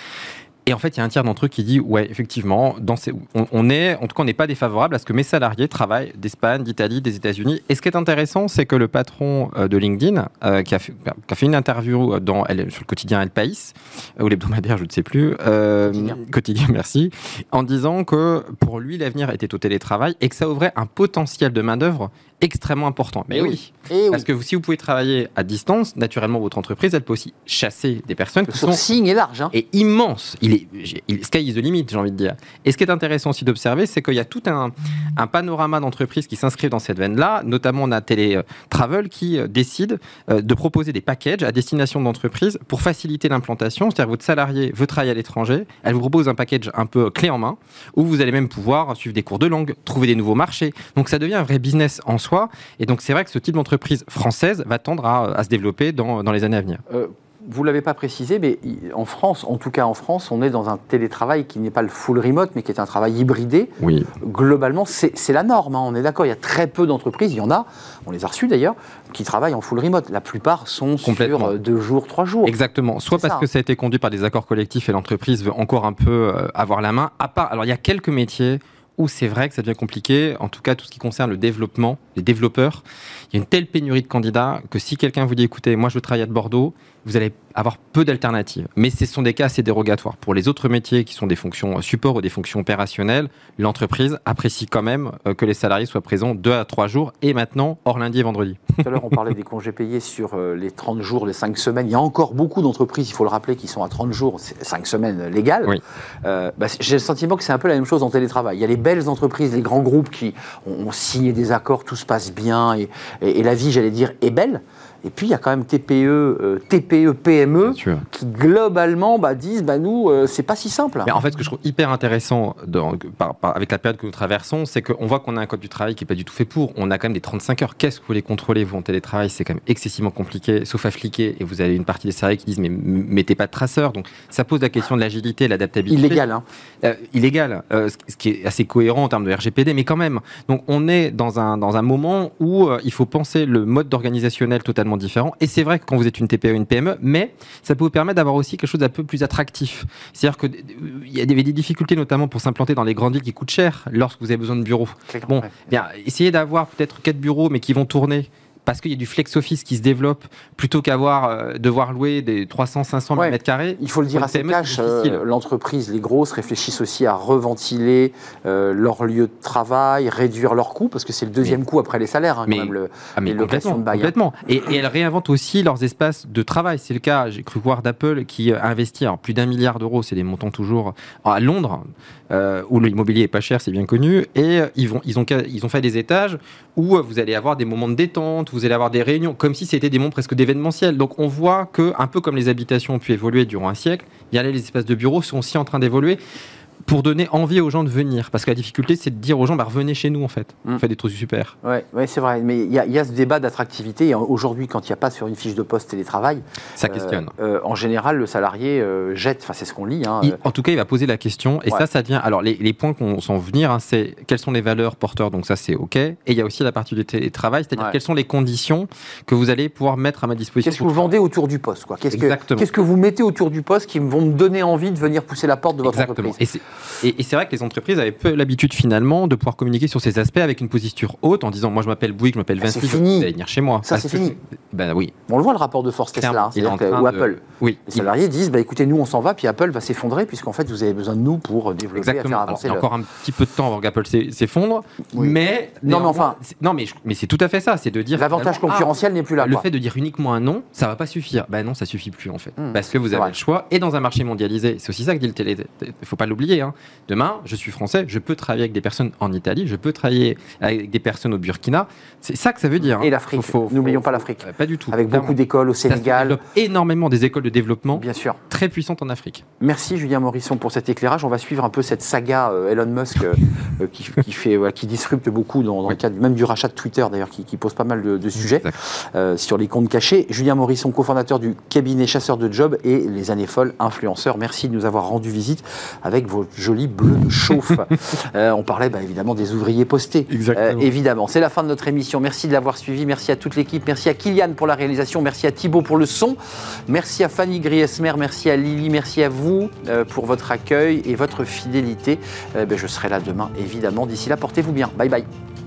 Et en fait, il y a un tiers d'entre eux qui dit, ouais, effectivement, dans ces, on, on est, en tout cas, on n'est pas défavorable à ce que mes salariés travaillent d'Espagne, d'Italie, des États-Unis. Et ce qui est intéressant, c'est que le patron de LinkedIn, euh, qui, a fait, qui a fait une interview dans, sur le quotidien El País, ou l'hebdomadaire, je ne sais plus, euh, quotidien. quotidien, merci, en disant que pour lui, l'avenir était au télétravail et que ça ouvrait un potentiel de main-d'œuvre extrêmement important. Mais oui, oui. Parce que vous, si vous pouvez travailler à distance, naturellement, votre entreprise, elle peut aussi chasser des personnes. Le sourcing est large. Hein. Et immense. Il est, il, sky is the limit, j'ai envie de dire. Et ce qui est intéressant aussi d'observer, c'est qu'il y a tout un, un panorama d'entreprises qui s'inscrivent dans cette veine-là. Notamment, on a Télétravel qui décide de proposer des packages à destination d'entreprises pour faciliter l'implantation. C'est-à-dire que votre salarié veut travailler à l'étranger, elle vous propose un package un peu clé en main, où vous allez même pouvoir suivre des cours de langue, trouver des nouveaux marchés. Donc ça devient un vrai business en soi. Et donc c'est vrai que ce type d'entreprise française va tendre à, à se développer dans, dans les années à venir. Euh, vous ne l'avez pas précisé, mais en France, en tout cas en France, on est dans un télétravail qui n'est pas le full remote, mais qui est un travail hybridé. Oui. Globalement, c'est, c'est la norme, hein, on est d'accord. Il y a très peu d'entreprises, il y en a, on les a reçues d'ailleurs, qui travaillent en full remote. La plupart sont sur deux jours, trois jours. Exactement. Soit c'est parce ça. que ça a été conduit par des accords collectifs et l'entreprise veut encore un peu euh, avoir la main. À part, alors il y a quelques métiers où c'est vrai que ça devient compliqué, en tout cas tout ce qui concerne le développement, les développeurs. Il y a une telle pénurie de candidats que si quelqu'un vous dit, écoutez, moi je veux travailler à Bordeaux, vous allez avoir peu d'alternatives. Mais ce sont des cas assez dérogatoires. Pour les autres métiers qui sont des fonctions support ou des fonctions opérationnelles, l'entreprise apprécie quand même que les salariés soient présents deux à trois jours et maintenant hors lundi et vendredi. Tout à l'heure, on parlait des congés payés sur les trente jours, les cinq semaines. Il y a encore beaucoup d'entreprises, il faut le rappeler, qui sont à trente jours, cinq semaines légales. Oui. Euh, bah, j'ai le sentiment que c'est un peu la même chose en télétravail. Il y a les belles entreprises, les grands groupes qui ont, ont signé des accords, tout se passe bien et, et, et la vie, j'allais dire, est belle. Et puis, il y a quand même T P E, euh, T P E, P M E qui, globalement, bah, disent bah, nous, euh, c'est pas si simple. Mais en fait, ce que je trouve hyper intéressant dans, par, par, avec la période que nous traversons, c'est qu'on voit qu'on a un code du travail qui n'est pas du tout fait pour. On a quand même des trente-cinq heures. Qu'est-ce que vous voulez contrôler, vous, en télétravail? C'est quand même excessivement compliqué, sauf à fliquer. Et vous avez une partie des salariés qui disent mais mettez pas de traceur. Donc, ça pose la question de l'agilité, l'adaptabilité. Illégal, hein euh, Illégal, euh, ce qui est assez cohérent en termes de R G P D, mais quand même. Donc, on est dans un, dans un moment où euh, il faut penser le mode organisationnel totalement différent. Et c'est vrai que quand vous êtes une T P E, une P M E, mais ça peut vous permettre d'avoir aussi quelque chose d'un peu plus attractif. C'est-à-dire qu'il y a des, des difficultés, notamment pour s'implanter dans les grandes villes qui coûtent cher lorsque vous avez besoin de bureaux. Bon, bien, essayez d'avoir peut-être quatre bureaux, mais qui vont tourner. Parce qu'il y a du flex office qui se développe, plutôt qu'avoir euh, devoir louer des trois cents, cinq cents ouais. mètres carrés. Il faut le dire assez cash, euh, l'entreprise, les grosses, réfléchissent aussi à reventiler euh, leur lieu de travail, réduire leurs coûts, parce que c'est le deuxième mais, coût après les salaires, hein, mais, quand même, le, ah, mais les locations de bail. Complètement. Et, et elles réinventent aussi leurs espaces de travail. C'est le cas, j'ai cru voir d'Apple qui a investi alors, plus d'un milliard d'euros, c'est des montants toujours à Londres, euh, où l'immobilier est pas cher, c'est bien connu, et ils, vont, ils, ont, ils ont fait des étages où vous allez avoir des moments de détente, vous allez avoir des réunions, comme si c'était des moments presque d'événementiel. Donc on voit que, un peu comme les habitations ont pu évoluer durant un siècle, bien là, les espaces de bureaux sont aussi en train d'évoluer pour donner envie aux gens de venir. Parce que la difficulté, c'est de dire aux gens, bah, revenez chez nous, en fait. Mmh. On fait des trucs super. Oui, ouais, c'est vrai. Mais il y, y a ce débat d'attractivité. Et aujourd'hui, quand il n'y a pas sur une fiche de poste télétravail, ça questionne. Euh, euh, en général, le salarié euh, jette. Enfin, c'est ce qu'on lit. Hein. Il, en tout cas, il va poser la question. Et ouais. ça, ça devient... Alors, les, les points qu'on sent venir, hein, c'est quelles sont les valeurs porteurs. Donc ça, c'est OK. Et il y a aussi la partie du télétravail, c'est-à-dire ouais. quelles sont les conditions que vous allez pouvoir mettre à ma disposition. Qu'est-ce que vous vendez autour du poste, quoi. Qu'est-ce que, qu'est-ce que vous mettez autour du poste qui vont me donner envie de venir pousser la porte de votre Exactement. entreprise. Et c'est, et, et c'est vrai que les entreprises avaient peu l'habitude finalement de pouvoir communiquer sur ces aspects avec une posture haute en disant moi je m'appelle Bouygues, je m'appelle Vinci, vous allez venir chez moi. Ça c'est fini. Ben oui. On le voit le rapport de force Tesla, hein, que, ou de... Apple. Oui. Les salariés disent bah écoutez nous on s'en va puis Apple va s'effondrer puisqu'en fait vous avez besoin de nous pour développer, Exactement. faire avancer. Alors, le... encore un petit peu de temps avant qu'Apple s'effondre, oui. mais non mais enfin c'est, non mais mais c'est tout à fait ça, c'est de dire l'avantage concurrentiel ah, n'est plus là. Le quoi. fait de dire uniquement un non, ça va pas suffire. Ben non, ça suffit plus en fait, mmh, parce que vous avez vrai. le choix et dans un marché mondialisé, c'est aussi ça que dit le télé. Il faut pas l'oublier. Hein. Demain, je suis français, je peux travailler avec des personnes en Italie, je peux travailler avec des personnes au Burkina. C'est ça que ça veut dire. Et hein. l'Afrique. Faut, faut, N'oublions faut, pas l'Afrique. Euh, pas du tout. Avec beaucoup d'écoles au Sénégal. Ça se énormément des écoles de développement. Bien sûr. Très puissantes en Afrique. Merci Julien Morisson pour cet éclairage. On va suivre un peu cette saga euh, Elon Musk euh, qui, qui fait, euh, qui disrupte beaucoup dans, dans oui. le cadre même du rachat de Twitter d'ailleurs, qui, qui pose pas mal de, de sujets euh, sur les comptes cachés. Julien Morisson, cofondateur du cabinet Chasseurs de Job et les années folles influenceurs. Merci de nous avoir rendu visite avec vos jolis bleus de chauffe. euh, on parlait bah, évidemment des ouvriers postés. Exactement. Euh, évidemment. C'est la fin de notre émission. Merci de l'avoir suivi. Merci à toute l'équipe. Merci à Kylian pour la réalisation. Merci à Thibaut pour le son. Merci à Fanny Griesmer. Merci à Lily. Merci à vous euh, pour votre accueil et votre fidélité. Euh, ben, je serai là demain, évidemment. D'ici là, portez-vous bien. Bye bye.